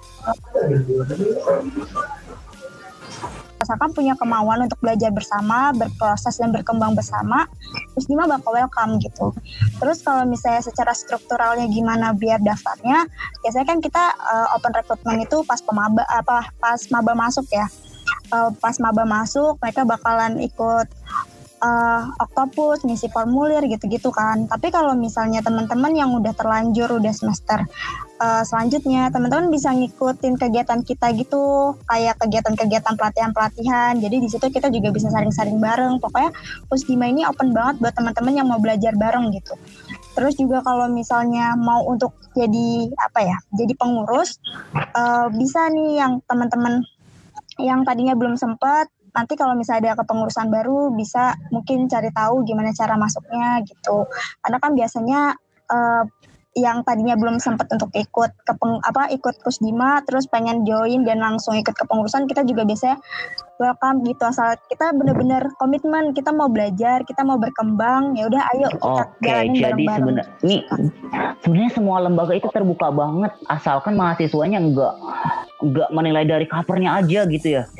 Asalkan punya kemauan untuk belajar bersama, berproses dan berkembang bersama, Pusdima bakal welcome gitu. Terus kalau misalnya secara strukturalnya gimana biar daftarnya, biasanya kan kita uh, open recruitment itu pas pemaba apa pas maba masuk ya. Uh, pas maba masuk mereka bakalan ikut uh, Octopus, ngisi formulir gitu-gitu kan. Tapi kalau misalnya teman-teman yang udah terlanjur udah semester uh, selanjutnya, teman-teman bisa ngikutin kegiatan kita gitu, kayak kegiatan-kegiatan pelatihan-pelatihan. Jadi di situ kita juga bisa saring-saring bareng. Pokoknya Pusdima ini open banget buat teman-teman yang mau belajar bareng gitu. Terus juga kalau misalnya mau untuk jadi apa ya, jadi pengurus, uh, bisa nih yang teman-teman yang tadinya belum sempat, nanti kalau misalnya ada kepengurusan baru bisa mungkin cari tahu gimana cara masuknya gitu. Karena kan biasanya uh, yang tadinya belum sempat untuk ikut ke peng, apa ikut Pusdima terus pengen join dan langsung ikut kepengurusan, kita juga biasanya welcome gitu, asal kita benar-benar komitmen, kita mau belajar, kita mau berkembang, ya udah ayo kita Oke, jalanin jadi bareng-bareng. Sebenar, nih sebenarnya semua lembaga itu terbuka banget asalkan mahasiswanya enggak enggak menilai dari covernya aja gitu ya.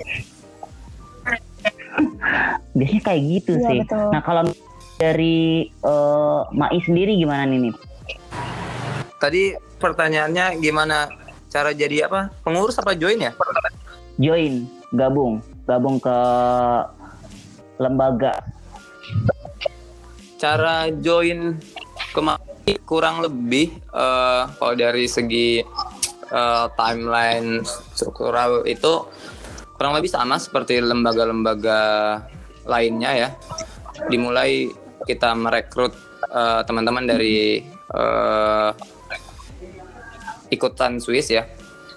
Biasanya kayak gitu Iya, sih. betul. Nah, kalau dari uh, Mai sendiri gimana nih? Tadi pertanyaannya gimana cara jadi apa? Pengurus apa join ya? Join, gabung, gabung ke lembaga. Cara join ke Mai kurang lebih uh, kalau dari segi uh, timeline struktural itu kurang lebih sama seperti lembaga-lembaga lainnya ya. Dimulai kita merekrut uh, teman-teman dari uh, ikutan Swiss ya,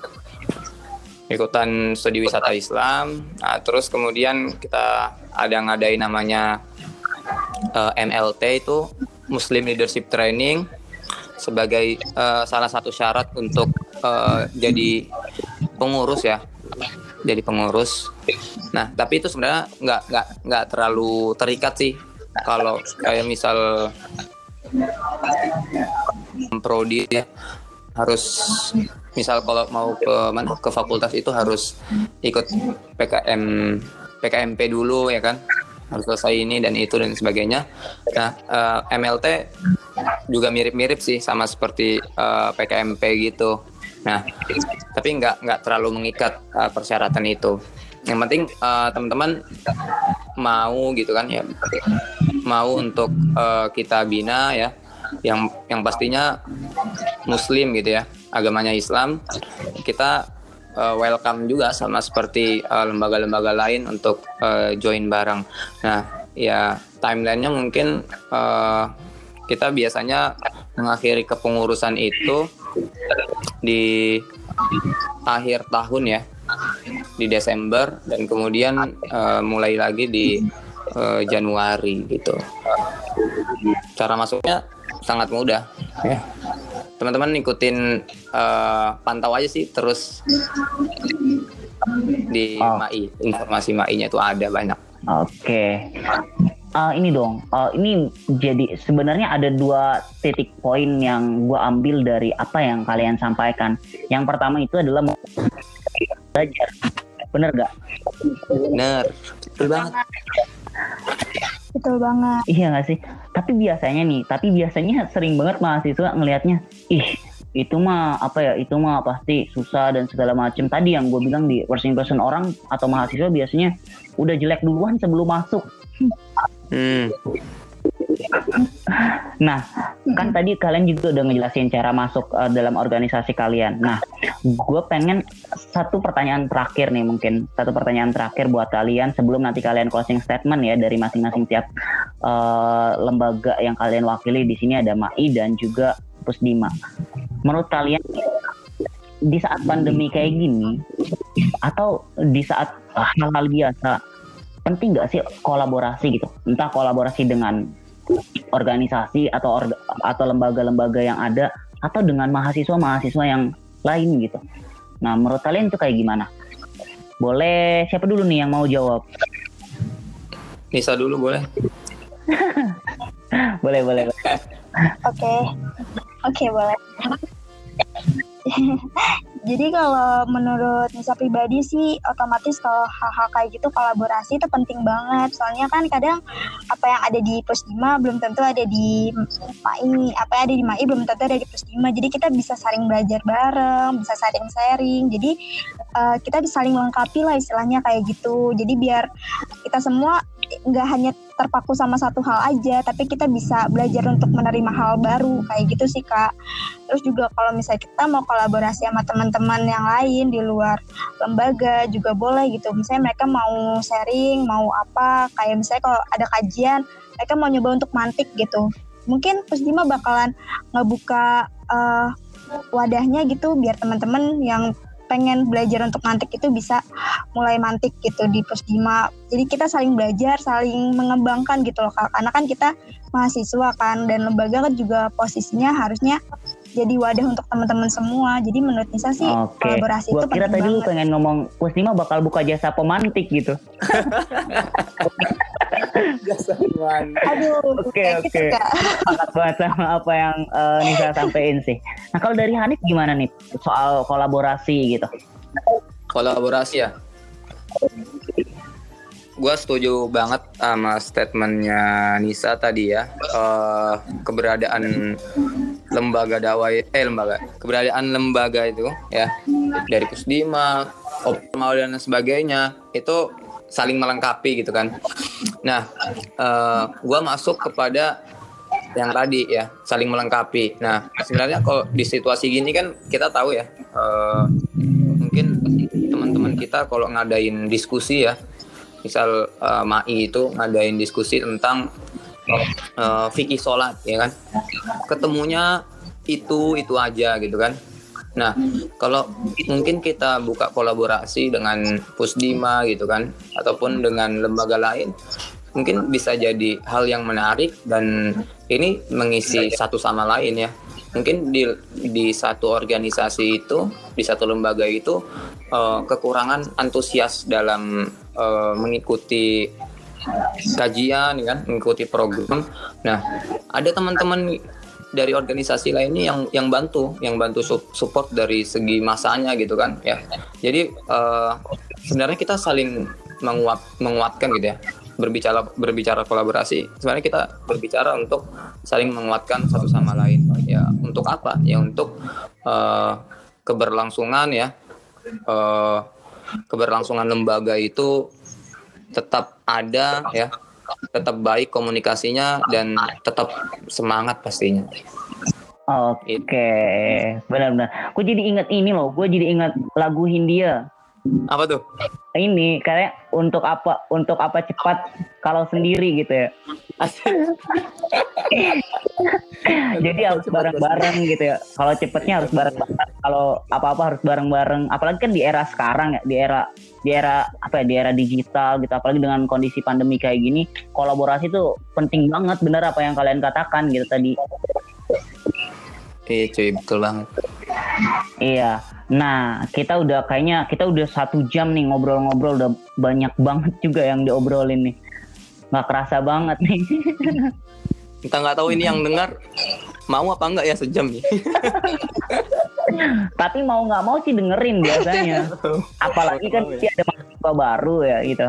ikutan studi wisata Islam. Nah, terus kemudian kita ada ngadain namanya uh, M L T, itu Muslim Leadership Training, sebagai uh, salah satu syarat untuk uh, jadi pengurus ya. Jadi pengurus. Nah, tapi itu sebenarnya nggak nggak nggak terlalu terikat sih. Kalau kayak misal prodi ya, harus misal kalau mau ke mana ke fakultas itu harus ikut P K M P K M P dulu ya kan, harus selesai ini dan itu dan sebagainya. Nah, uh, M L T juga mirip-mirip sih sama seperti uh, P K M P gitu. Nah, tapi nggak nggak terlalu mengikat uh, persyaratan itu. Yang penting uh, teman-teman mau gitu kan ya, mau untuk uh, kita bina ya, yang yang pastinya Muslim gitu ya, agamanya Islam. Kita uh, welcome juga sama seperti uh, lembaga-lembaga lain untuk uh, join bareng. Nah, ya timelinenya mungkin uh, kita biasanya mengakhiri kepengurusan itu di akhir tahun ya, di Desember, dan kemudian uh, mulai lagi di uh, Januari gitu. Cara masuknya sangat mudah ya. Teman-teman ikutin uh, pantau aja sih terus di oh. M A I, informasi M A I-nya itu ada banyak. Oke. Uh, ini dong, uh, ini jadi sebenarnya ada dua titik poin yang gue ambil dari apa yang kalian sampaikan. Yang pertama itu adalah belajar, bener gak? Bener, betul banget. Betul banget. Iya gak sih? Tapi biasanya nih, tapi biasanya sering banget mahasiswa ngelihatnya, ih itu mah apa ya, itu mah pasti susah dan segala macam. Tadi yang gue bilang di first impression orang atau mahasiswa biasanya udah jelek duluan sebelum masuk. Hmm. Nah, kan tadi kalian juga udah ngejelasin cara masuk uh, dalam organisasi kalian. Nah, gue pengen satu pertanyaan terakhir nih, mungkin satu pertanyaan terakhir buat kalian sebelum nanti kalian closing statement ya dari masing-masing tiap uh, lembaga yang kalian wakili. Di sini ada M A I dan juga Pusdima. Menurut kalian di saat pandemi kayak gini atau di saat hal-hal biasa, penting nggak sih kolaborasi gitu? Entah kolaborasi dengan organisasi atau orga, atau lembaga-lembaga yang ada atau dengan mahasiswa-mahasiswa yang lain gitu. Nah, menurut kalian itu kayak gimana? Boleh siapa dulu nih yang mau jawab? Nisa dulu boleh. boleh, boleh. Oke, oke okay, boleh. Jadi kalau menurut Nisa pribadi sih otomatis kalau hal-hal kayak gitu kolaborasi itu penting banget. Soalnya kan kadang apa yang ada di Pusdima belum tentu ada di M A I, apa yang ada di M A I belum tentu ada di Pusdima. Jadi kita bisa saling belajar bareng, bisa saling sharing. Jadi uh, kita bisa saling melengkapi lah istilahnya kayak gitu. Jadi biar kita semua nggak hanya terpaku sama satu hal aja, tapi kita bisa belajar untuk menerima hal baru kayak gitu sih Kak. Terus juga kalau misalnya kita mau kolaborasi sama teman-teman yang lain di luar lembaga juga boleh gitu. Misalnya mereka mau sharing, mau apa, kayak misalnya kalau ada kajian, mereka mau nyoba untuk mantik gitu. Mungkin Pusdima bakalan ngebuka uh, wadahnya gitu biar teman-teman yang pengen belajar untuk mantik itu bisa mulai mantik gitu di Pusdima. Jadi kita saling belajar, saling mengembangkan gitu loh Kak. Karena kan kita mahasiswa kan, dan lembaga kan juga posisinya harusnya jadi wadah untuk teman-teman semua. Jadi menurut Nisa sih okay. Kolaborasi gua itu penting banget. Gua kira tadi lu pengen ngomong Pusdima bakal buka jasa pemantik gitu. Jasa pemantik. Aduh, oke oke. Sangat banget sama apa yang uh, Nisa sampein sih. Nah kalau dari Hanif gimana nih soal kolaborasi gitu? Kolaborasi ya? Gue setuju banget sama statementnya Nisa tadi ya. Uh, keberadaan lembaga dakwah eh lembaga keberadaan lembaga itu ya dari Pusdima, Optimal dan sebagainya itu saling melengkapi gitu kan. Nah, uh, gue masuk kepada yang tadi ya, saling melengkapi. Nah, sebenarnya kalau di situasi gini kan kita tahu ya, uh, mungkin teman-teman kita kalau ngadain diskusi ya, misal uh, M A I itu ngadain diskusi tentang uh, fikih sholat ya kan, ketemunya itu itu aja gitu kan. Nah, kalau mungkin kita buka kolaborasi dengan Pusdima gitu kan, ataupun dengan lembaga lain, mungkin bisa jadi hal yang menarik dan ini mengisi satu sama lain ya. Mungkin di di satu organisasi itu, di satu lembaga itu uh, kekurangan antusias dalam uh, mengikuti kajian kan, mengikuti program. Nah, ada teman-teman dari organisasi lainnya yang yang bantu, yang bantu support dari segi masanya gitu kan ya. Jadi uh, sebenarnya kita saling menguat menguatkan gitu ya. Berbicara berbicara kolaborasi, sebenarnya kita berbicara untuk saling menguatkan satu sama lain. Ya, untuk apa? Ya untuk uh, keberlangsungan ya. Uh, keberlangsungan lembaga itu tetap ada ya. Tetap baik komunikasinya dan tetap semangat pastinya. Oke, okay. Benar-benar. Gue jadi ingat ini loh. Gue jadi ingat lagu Hindia. Apa tuh? Ini kayak untuk apa? Untuk apa cepat kalau sendiri gitu ya. Jadi harus bareng-bareng gitu ya. Kalau cepatnya harus bareng-bareng. Kalau apa-apa harus bareng-bareng. Apalagi kan di era sekarang ya, di era di era apa ya, di era digital gitu. Apalagi dengan kondisi pandemi kayak gini, kolaborasi tuh penting banget. Bener apa yang kalian katakan gitu tadi. Iya cuy, betul banget. Iya. Nah, kita udah kayaknya kita udah satu jam nih ngobrol-ngobrol, udah banyak banget juga yang diobrolin nih. Nggak kerasa banget nih. Kita nggak tahu ini yang dengar mau apa enggak ya sejam nih. Tapi mau nggak mau sih dengerin biasanya. Apalagi kan pasti ada mahasiswa baru ya gitu.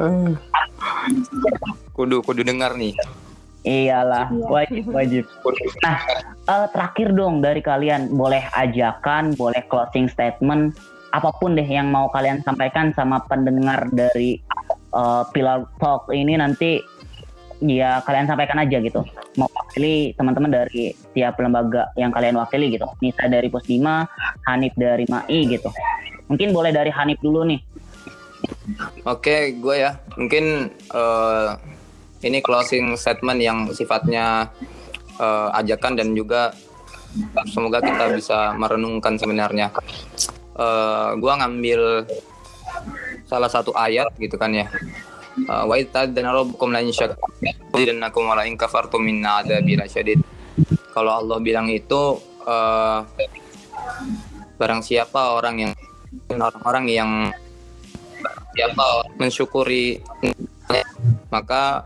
Kudu kudu dengar nih. Iyalah, wajib wajib. Nah, uh, terakhir dong dari kalian, boleh ajakan, boleh closing statement, apapun deh yang mau kalian sampaikan sama pendengar dari uh, Pilar Talk ini nanti ya kalian sampaikan aja gitu. Mau wakili teman-teman dari tiap lembaga yang kalian wakili gitu. Nisa dari Pusdima, Hanif dari M A I gitu. Mungkin boleh dari Hanif dulu nih. Oke, gue ya. Mungkin uh, ini closing statement yang sifatnya uh, ajakan dan juga semoga kita bisa merenungkan sebenarnya. Uh, gue ngambil salah satu ayat gitu kan ya. Wa idzadana rabbukum la in syakartum wa la in kafartum minna adzabi lasyadid. Kalau Allah bilang itu uh, barang siapa orang yang orang-orang yang siapa mensyukuri maka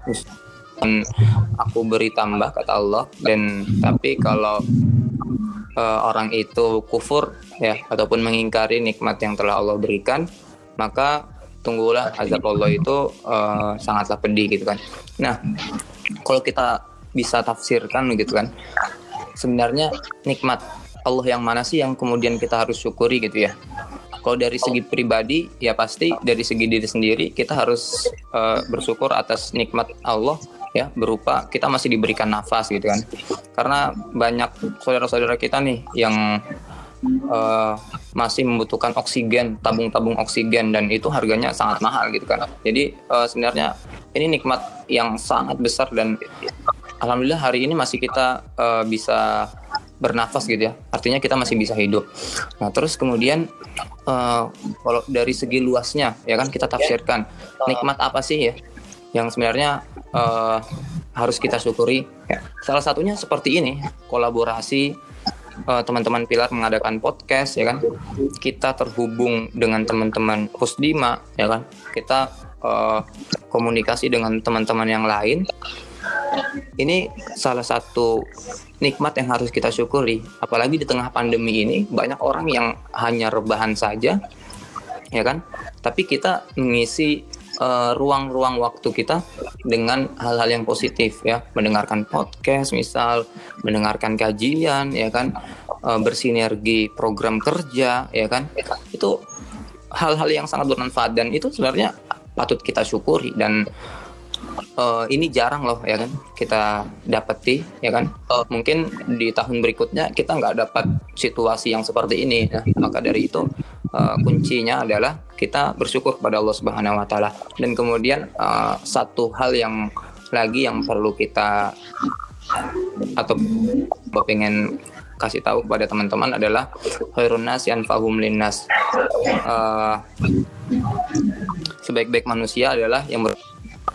aku beri tambah kata Allah, dan tapi kalau uh, orang itu kufur ya ataupun mengingkari nikmat yang telah Allah berikan, maka tunggulah azab Allah itu uh, sangatlah pedih gitu kan. Nah, kalau kita bisa tafsirkan gitu kan, sebenarnya nikmat Allah yang mana sih yang kemudian kita harus syukuri gitu ya. Kalau dari segi pribadi ya pasti dari segi diri sendiri kita harus uh, bersyukur atas nikmat Allah ya, berupa kita masih diberikan nafas gitu kan. Karena banyak saudara-saudara kita nih yang Uh, masih membutuhkan oksigen, tabung-tabung oksigen, dan itu harganya sangat mahal gitu kan. Jadi uh, sebenarnya ini nikmat yang sangat besar dan alhamdulillah hari ini masih kita uh, bisa bernafas gitu ya. Artinya kita masih bisa hidup. Nah terus kemudian uh, kalau dari segi luasnya ya kan kita tafsirkan nikmat apa sih ya yang sebenarnya uh, harus kita syukuri ya. Salah satunya seperti ini, kolaborasi Uh, teman-teman Pilar mengadakan podcast ya kan, kita terhubung dengan teman-teman Pusdima ya kan, kita uh, komunikasi dengan teman-teman yang lain. Ini salah satu nikmat yang harus kita syukuri, apalagi di tengah pandemi ini banyak orang yang hanya rebahan saja ya kan, tapi kita mengisi Uh, ruang-ruang waktu kita dengan hal-hal yang positif ya, mendengarkan podcast misal, mendengarkan kajian ya kan, uh, bersinergi program kerja ya kan, itu hal-hal yang sangat bermanfaat dan itu sebenarnya patut kita syukuri dan uh, ini jarang loh ya kan kita dapati ya kan. Uh, mungkin di tahun berikutnya kita nggak dapat situasi yang seperti ini ya. Maka dari itu Uh, kuncinya adalah kita bersyukur kepada Allah Subhanahu wa taala. Dan kemudian uh, satu hal yang lagi yang perlu kita atau pengen kasih tahu kepada teman-teman adalah khairun nas yanfa'uhum linnas. Uh, sebaik-baik manusia adalah yang ber-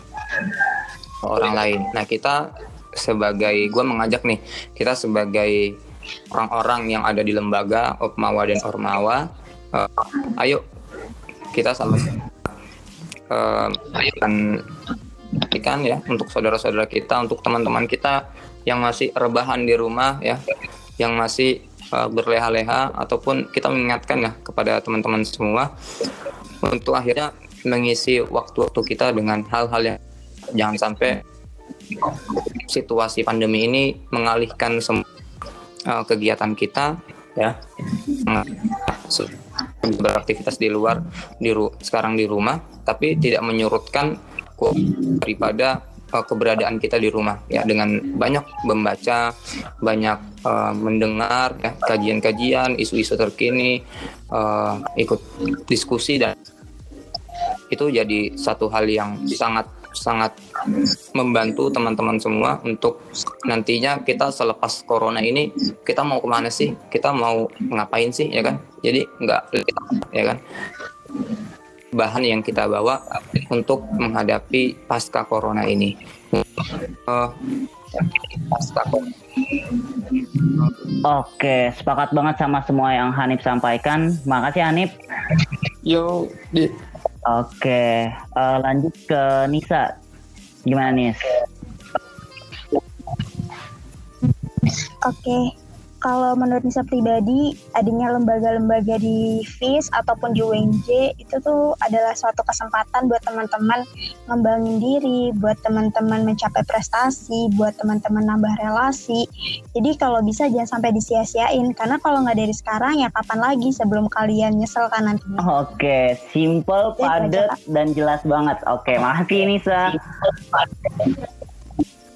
orang lain. Nah, kita sebagai gue mengajak nih, kita sebagai orang-orang yang ada di lembaga Opmawa dan Ormawa, Uh, ayo kita sama uh, kan ikan ya untuk saudara-saudara kita, untuk teman-teman kita yang masih rebahan di rumah ya, yang masih uh, berleha-leha, ataupun kita mengingatkan ya kepada teman-teman semua untuk akhirnya mengisi waktu-waktu kita dengan hal-hal yang jangan sampai situasi pandemi ini mengalihkan semua uh, kegiatan kita ya, beraktivitas di luar di ru- sekarang di rumah, tapi tidak menyurutkan daripada uh, keberadaan kita di rumah ya, dengan banyak membaca, banyak uh, mendengar ya kajian-kajian, isu-isu terkini, uh, ikut diskusi, dan itu jadi satu hal yang sangat sangat membantu teman-teman semua untuk nantinya kita selepas corona ini kita mau kemana sih, kita mau ngapain sih ya kan. Jadi nggak ya kan bahan yang kita bawa untuk menghadapi pasca corona ini. Uh, pasca corona. Oke, sepakat banget sama semua yang Hanif sampaikan. Makasih Hanif. Yo, di. Oke, uh, lanjut ke Nisa. Gimana Nis? Oke, kalau menurut Nisa pribadi, adanya lembaga-lembaga di F I S ataupun di U N J itu tuh adalah suatu kesempatan buat teman-teman ngembangin diri, buat teman-teman mencapai prestasi, buat teman-teman nambah relasi. Jadi kalau bisa jangan sampai disia-siain, karena kalau nggak dari sekarang ya kapan lagi sebelum kalian nyesel kan nantinya. Oke, simple, padat, dan jelas banget. Oke, makasih Nisa.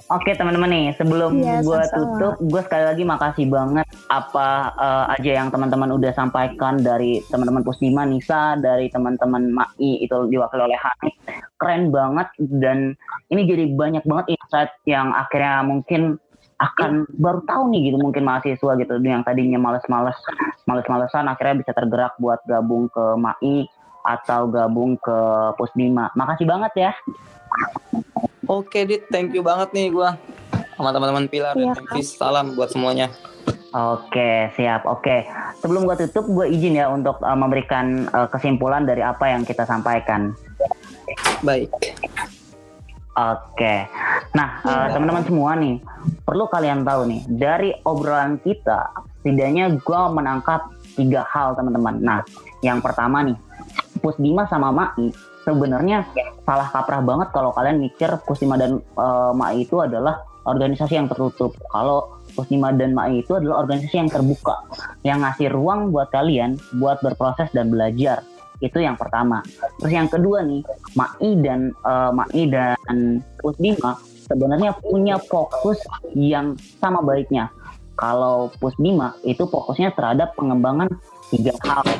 Oke teman-teman nih, sebelum Iya, gue sama-sama. tutup, gue sekali lagi makasih banget apa eh, aja yang teman-teman udah sampaikan dari teman-teman Pusdima, Nisa, dari teman-teman M A I itu diwakili oleh Hanif. Keren banget dan ini jadi banyak banget insight yang akhirnya mungkin akan baru tahu nih gitu mungkin mahasiswa gitu yang tadinya males-males, males-malesan akhirnya bisa tergerak buat gabung ke M A I atau gabung ke Pusdima. Makasih banget ya. Oke Dit, thank you banget nih gua sama teman-teman Pilar Iya, dan Memphis. Salam buat semuanya. Oke, siap. Oke, sebelum gue tutup, gue izin ya untuk uh, memberikan uh, kesimpulan dari apa yang kita sampaikan. Baik. Oke, nah uh, teman-teman semua nih, perlu kalian tahu nih, dari obrolan kita, setidaknya gue menangkap tiga hal teman-teman. Nah, yang pertama nih, Pusdima sama M A I sebenarnya salah kaprah banget kalau kalian mikir Pusdima dan uh, M A I itu adalah organisasi yang tertutup. Kalau Pusdima dan M A I itu adalah organisasi yang terbuka, yang ngasih ruang buat kalian buat berproses dan belajar. Itu yang pertama. Terus yang kedua nih, M A I dan uh, M A I dan Pusdima sebenarnya punya fokus yang sama baiknya. Kalau Pusdima itu fokusnya terhadap pengembangan tiga hal.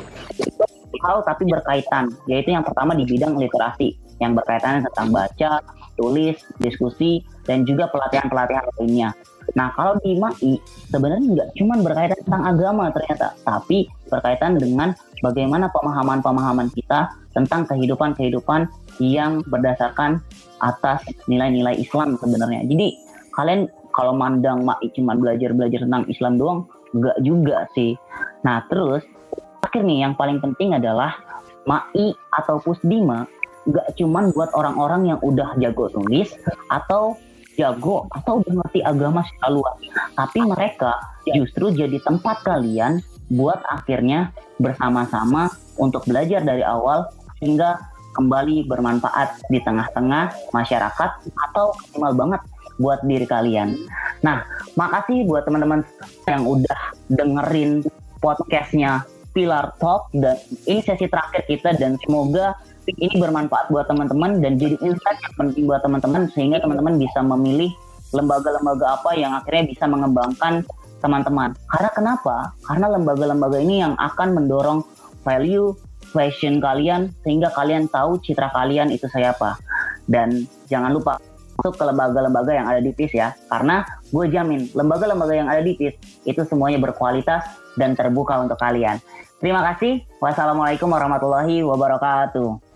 hal tapi berkaitan, yaitu yang pertama di bidang literasi yang berkaitan tentang baca, tulis, diskusi, dan juga pelatihan-pelatihan lainnya. Nah, kalau di M A I sebenarnya nggak cuma berkaitan tentang agama ternyata, tapi berkaitan dengan bagaimana pemahaman-pemahaman kita tentang kehidupan-kehidupan yang berdasarkan atas nilai-nilai Islam sebenarnya. Jadi kalian kalau mandang M A I cuma belajar-belajar tentang Islam doang, nggak juga sih. Nah, terus terakhir nih yang paling penting adalah M A I atau Pusdima gak cuman buat orang-orang yang udah jago tulis atau jago atau udah ngerti agama secara luas, tapi mereka justru jadi tempat kalian buat akhirnya bersama-sama untuk belajar dari awal hingga kembali bermanfaat di tengah-tengah masyarakat atau optimal banget buat diri kalian. Nah, makasih buat teman-teman yang udah dengerin podcastnya Pilar Talk, dan ini sesi terakhir kita dan semoga ini bermanfaat buat teman-teman dan jadi insight yang penting buat teman-teman sehingga teman-teman bisa memilih lembaga-lembaga apa yang akhirnya bisa mengembangkan teman-teman. Karena kenapa? Karena lembaga-lembaga ini yang akan mendorong value, passion kalian sehingga kalian tahu citra kalian itu siapa. Dan jangan lupa masuk ke lembaga-lembaga yang ada di P I S ya, karena gue jamin lembaga-lembaga yang ada di P I S itu semuanya berkualitas dan terbuka untuk kalian. Terima kasih. Wassalamualaikum warahmatullahi wabarakatuh.